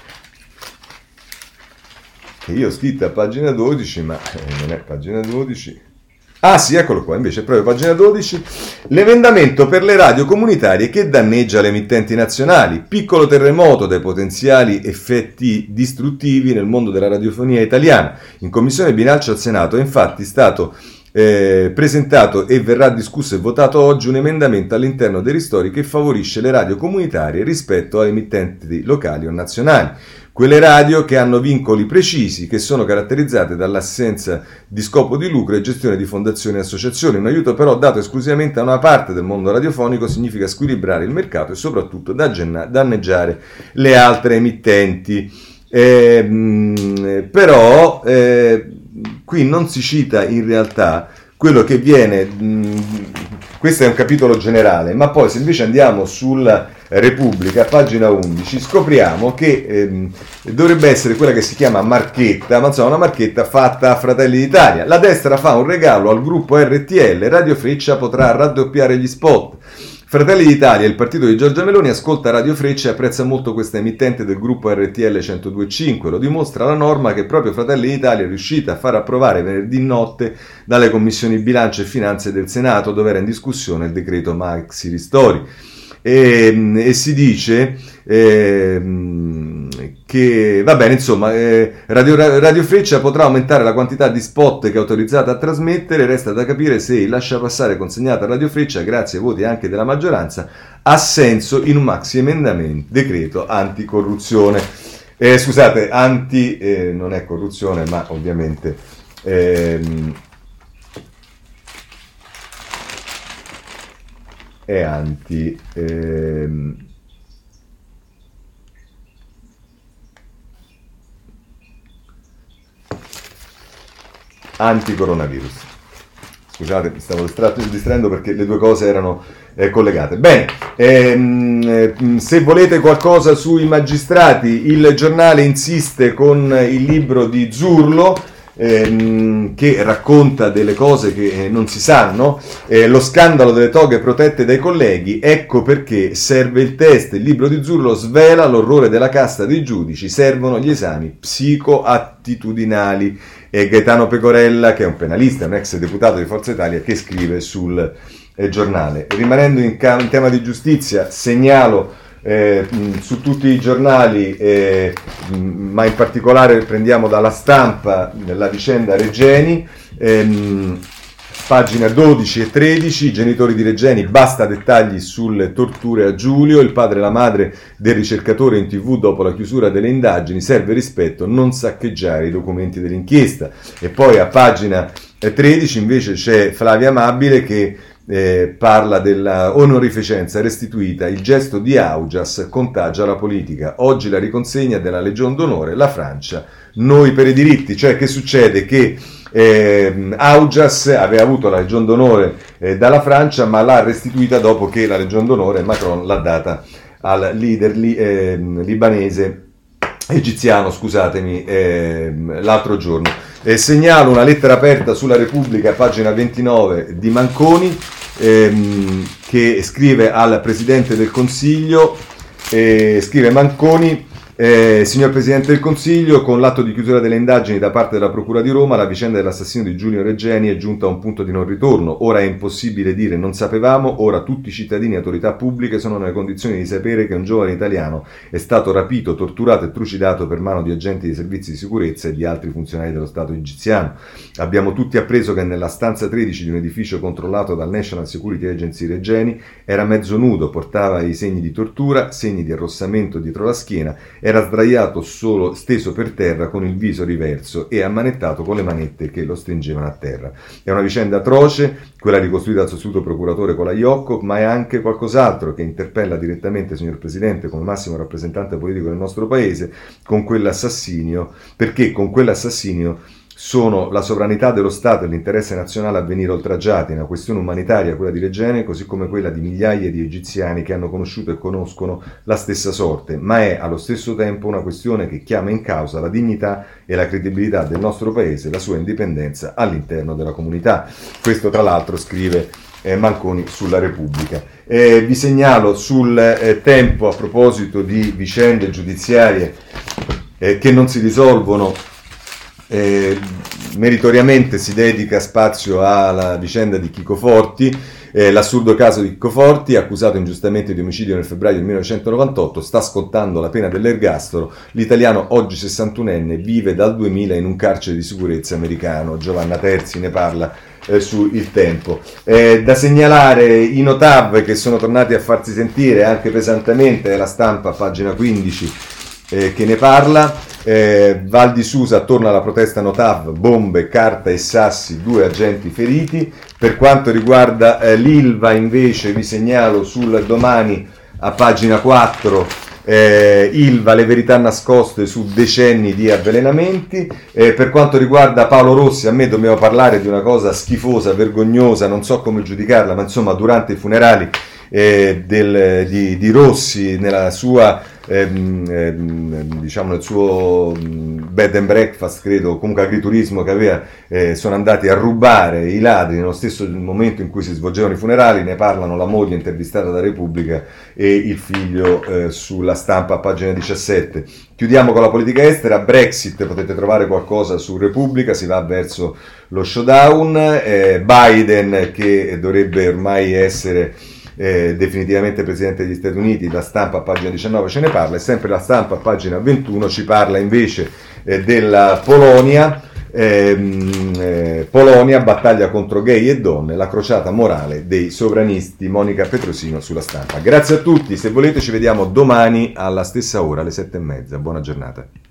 che io ho scritto a pagina dodici, ma non è pagina dodici. Ah sì, eccolo qua, invece è proprio pagina dodici. L'emendamento per le radio comunitarie che danneggia le emittenti nazionali. Piccolo terremoto dai potenziali effetti distruttivi nel mondo della radiofonia italiana. In Commissione Bilancio al Senato è infatti stato... Eh, presentato e verrà discusso e votato oggi un emendamento all'interno dei ristori che favorisce le radio comunitarie rispetto alle emittenti locali o nazionali. Quelle radio che hanno vincoli precisi, che sono caratterizzate dall'assenza di scopo di lucro e gestione di fondazioni e associazioni. Un aiuto però dato esclusivamente a una parte del mondo radiofonico significa squilibrare il mercato e soprattutto danneggiare le altre emittenti. Eh, mh, però eh, qui non si cita in realtà quello che viene, mh, questo è un capitolo generale, ma poi se invece andiamo sulla Repubblica, pagina undici, scopriamo che ehm, dovrebbe essere quella che si chiama marchetta, ma insomma una marchetta fatta a Fratelli d'Italia. La destra fa un regalo al gruppo R T L, Radio Freccia potrà raddoppiare gli spot. Fratelli d'Italia, il partito di Giorgia Meloni, ascolta Radio Freccia e apprezza molto questa emittente del gruppo R T L centodue e cinque. Lo dimostra la norma che proprio Fratelli d'Italia è riuscita a far approvare venerdì notte dalle commissioni bilancio e finanze del Senato, dove era in discussione il decreto Maxi Ristori. E, e si dice eh, che va bene, insomma, eh, Radio, Radio Freccia potrà aumentare la quantità di spot che è autorizzata a trasmettere. Resta da capire se il lasciapassare consegnato a Radio Freccia, grazie ai voti anche della maggioranza, ha senso in un maxi emendamento decreto anticorruzione. Eh, scusate, anti eh, non è corruzione, ma ovviamente ehm, è anti ehm, anticoronavirus. Scusate, mi stavo distraendo perché le due cose erano eh, collegate. Bene, ehm, se volete qualcosa sui magistrati, il giornale insiste con il libro di Zurlo, ehm, che racconta delle cose che eh, non si sanno, eh, lo scandalo delle toghe protette dai colleghi. Ecco perché serve il test. Il libro di Zurlo svela l'orrore della casta dei giudici, servono gli esami psicoattitudinali. E Gaetano Pecorella, che è un penalista, un ex deputato di Forza Italia, che scrive sul eh, giornale. Rimanendo in, ca- in tema di giustizia, segnalo eh, su tutti i giornali, eh, ma in particolare prendiamo dalla Stampa la vicenda Regeni, ehm, pagina dodici e tredici, i genitori di Regeni, basta dettagli sulle torture a Giulio, il padre e la madre del ricercatore in tv dopo la chiusura delle indagini, serve rispetto, non saccheggiare i documenti dell'inchiesta. E poi a pagina tredici invece c'è Flavia Amabile che eh, parla della onorificenza restituita, il gesto di Augias contagia la politica, oggi la riconsegna della Legion d'Onore, la Francia, noi per i diritti. Cioè, che succede? Che Eh, Augias aveva avuto la Legion d'Onore eh, dalla Francia, ma l'ha restituita dopo che la Legion d'Onore Macron l'ha data al leader li, eh, libanese, egiziano, scusatemi, eh, l'altro giorno. Eh, segnalo una lettera aperta sulla Repubblica, pagina ventinove, di Manconi, ehm, che scrive al Presidente del Consiglio, eh, scrive Manconi: Eh, signor Presidente del Consiglio, con l'atto di chiusura delle indagini da parte della Procura di Roma, la vicenda dell'assassinio di Giulio Regeni è giunta a un punto di non ritorno. Ora è impossibile dire non sapevamo, ora tutti i cittadini e autorità pubbliche sono nelle condizioni di sapere che un giovane italiano è stato rapito, torturato e trucidato per mano di agenti di servizi di sicurezza e di altri funzionari dello Stato egiziano. Abbiamo tutti appreso che nella stanza tredici di un edificio controllato dal National Security Agency Regeni era mezzo nudo, portava i segni di tortura, segni di arrossamento dietro la schiena, era sdraiato solo, steso per terra con il viso riverso e ammanettato con le manette che lo stringevano a terra. È una vicenda atroce, quella ricostruita dal sostituto procuratore Colaiocco, ma è anche qualcos'altro che interpella direttamente, signor Presidente, come massimo rappresentante politico del nostro Paese, con quell'assassinio, perché con quell'assassinio sono la sovranità dello Stato e l'interesse nazionale a venire oltraggiati, una questione umanitaria, quella di Regeni, così come quella di migliaia di egiziani che hanno conosciuto e conoscono la stessa sorte, ma è allo stesso tempo una questione che chiama in causa la dignità e la credibilità del nostro Paese e la sua indipendenza all'interno della comunità. Questo tra l'altro scrive eh, Manconi sulla Repubblica. Eh, vi segnalo sul eh, Tempo, a proposito di vicende giudiziarie eh, che non si risolvono, Eh, meritoriamente si dedica spazio alla vicenda di Chico Forti, eh, l'assurdo caso di Chico Forti, accusato ingiustamente di omicidio nel febbraio del millenovecentonovantotto, sta scontando la pena dell'ergastolo. L'italiano, oggi sessantunenne, vive dal duemila in un carcere di sicurezza americano. Giovanna Terzi ne parla eh, su Il Tempo. Eh, da segnalare i Notav che sono tornati a farsi sentire anche pesantemente, La Stampa, pagina quindici, eh, che ne parla. Eh, Val di Susa torna alla protesta Notav, bombe, carta e sassi, due agenti feriti. Per quanto riguarda eh, l'Ilva invece vi segnalo sul Domani a pagina quattro, eh, Ilva, le verità nascoste su decenni di avvelenamenti. Eh, per quanto riguarda Paolo Rossi, a me dobbiamo parlare di una cosa schifosa, vergognosa, non so come giudicarla, ma insomma durante i funerali eh, del, di, di Rossi, nella sua Ehm, ehm, diciamo nel suo bed and breakfast, credo, comunque agriturismo che aveva, eh, sono andati a rubare i ladri nello stesso momento in cui si svolgevano i funerali. Ne parlano la moglie intervistata da Repubblica e il figlio eh, sulla Stampa a pagina diciassette. Chiudiamo con la politica estera. Brexit, potete trovare qualcosa su Repubblica, si va verso lo showdown. eh, Biden che dovrebbe ormai essere Eh, definitivamente Presidente degli Stati Uniti, La Stampa a pagina diciannove ce ne parla, e sempre La Stampa a pagina ventuno ci parla invece eh, della Polonia, ehm, eh, Polonia, battaglia contro gay e donne, la crociata morale dei sovranisti. Monica Petrosino sulla Stampa. Grazie a tutti, se volete ci vediamo domani alla stessa ora, alle sette e mezza. Buona giornata.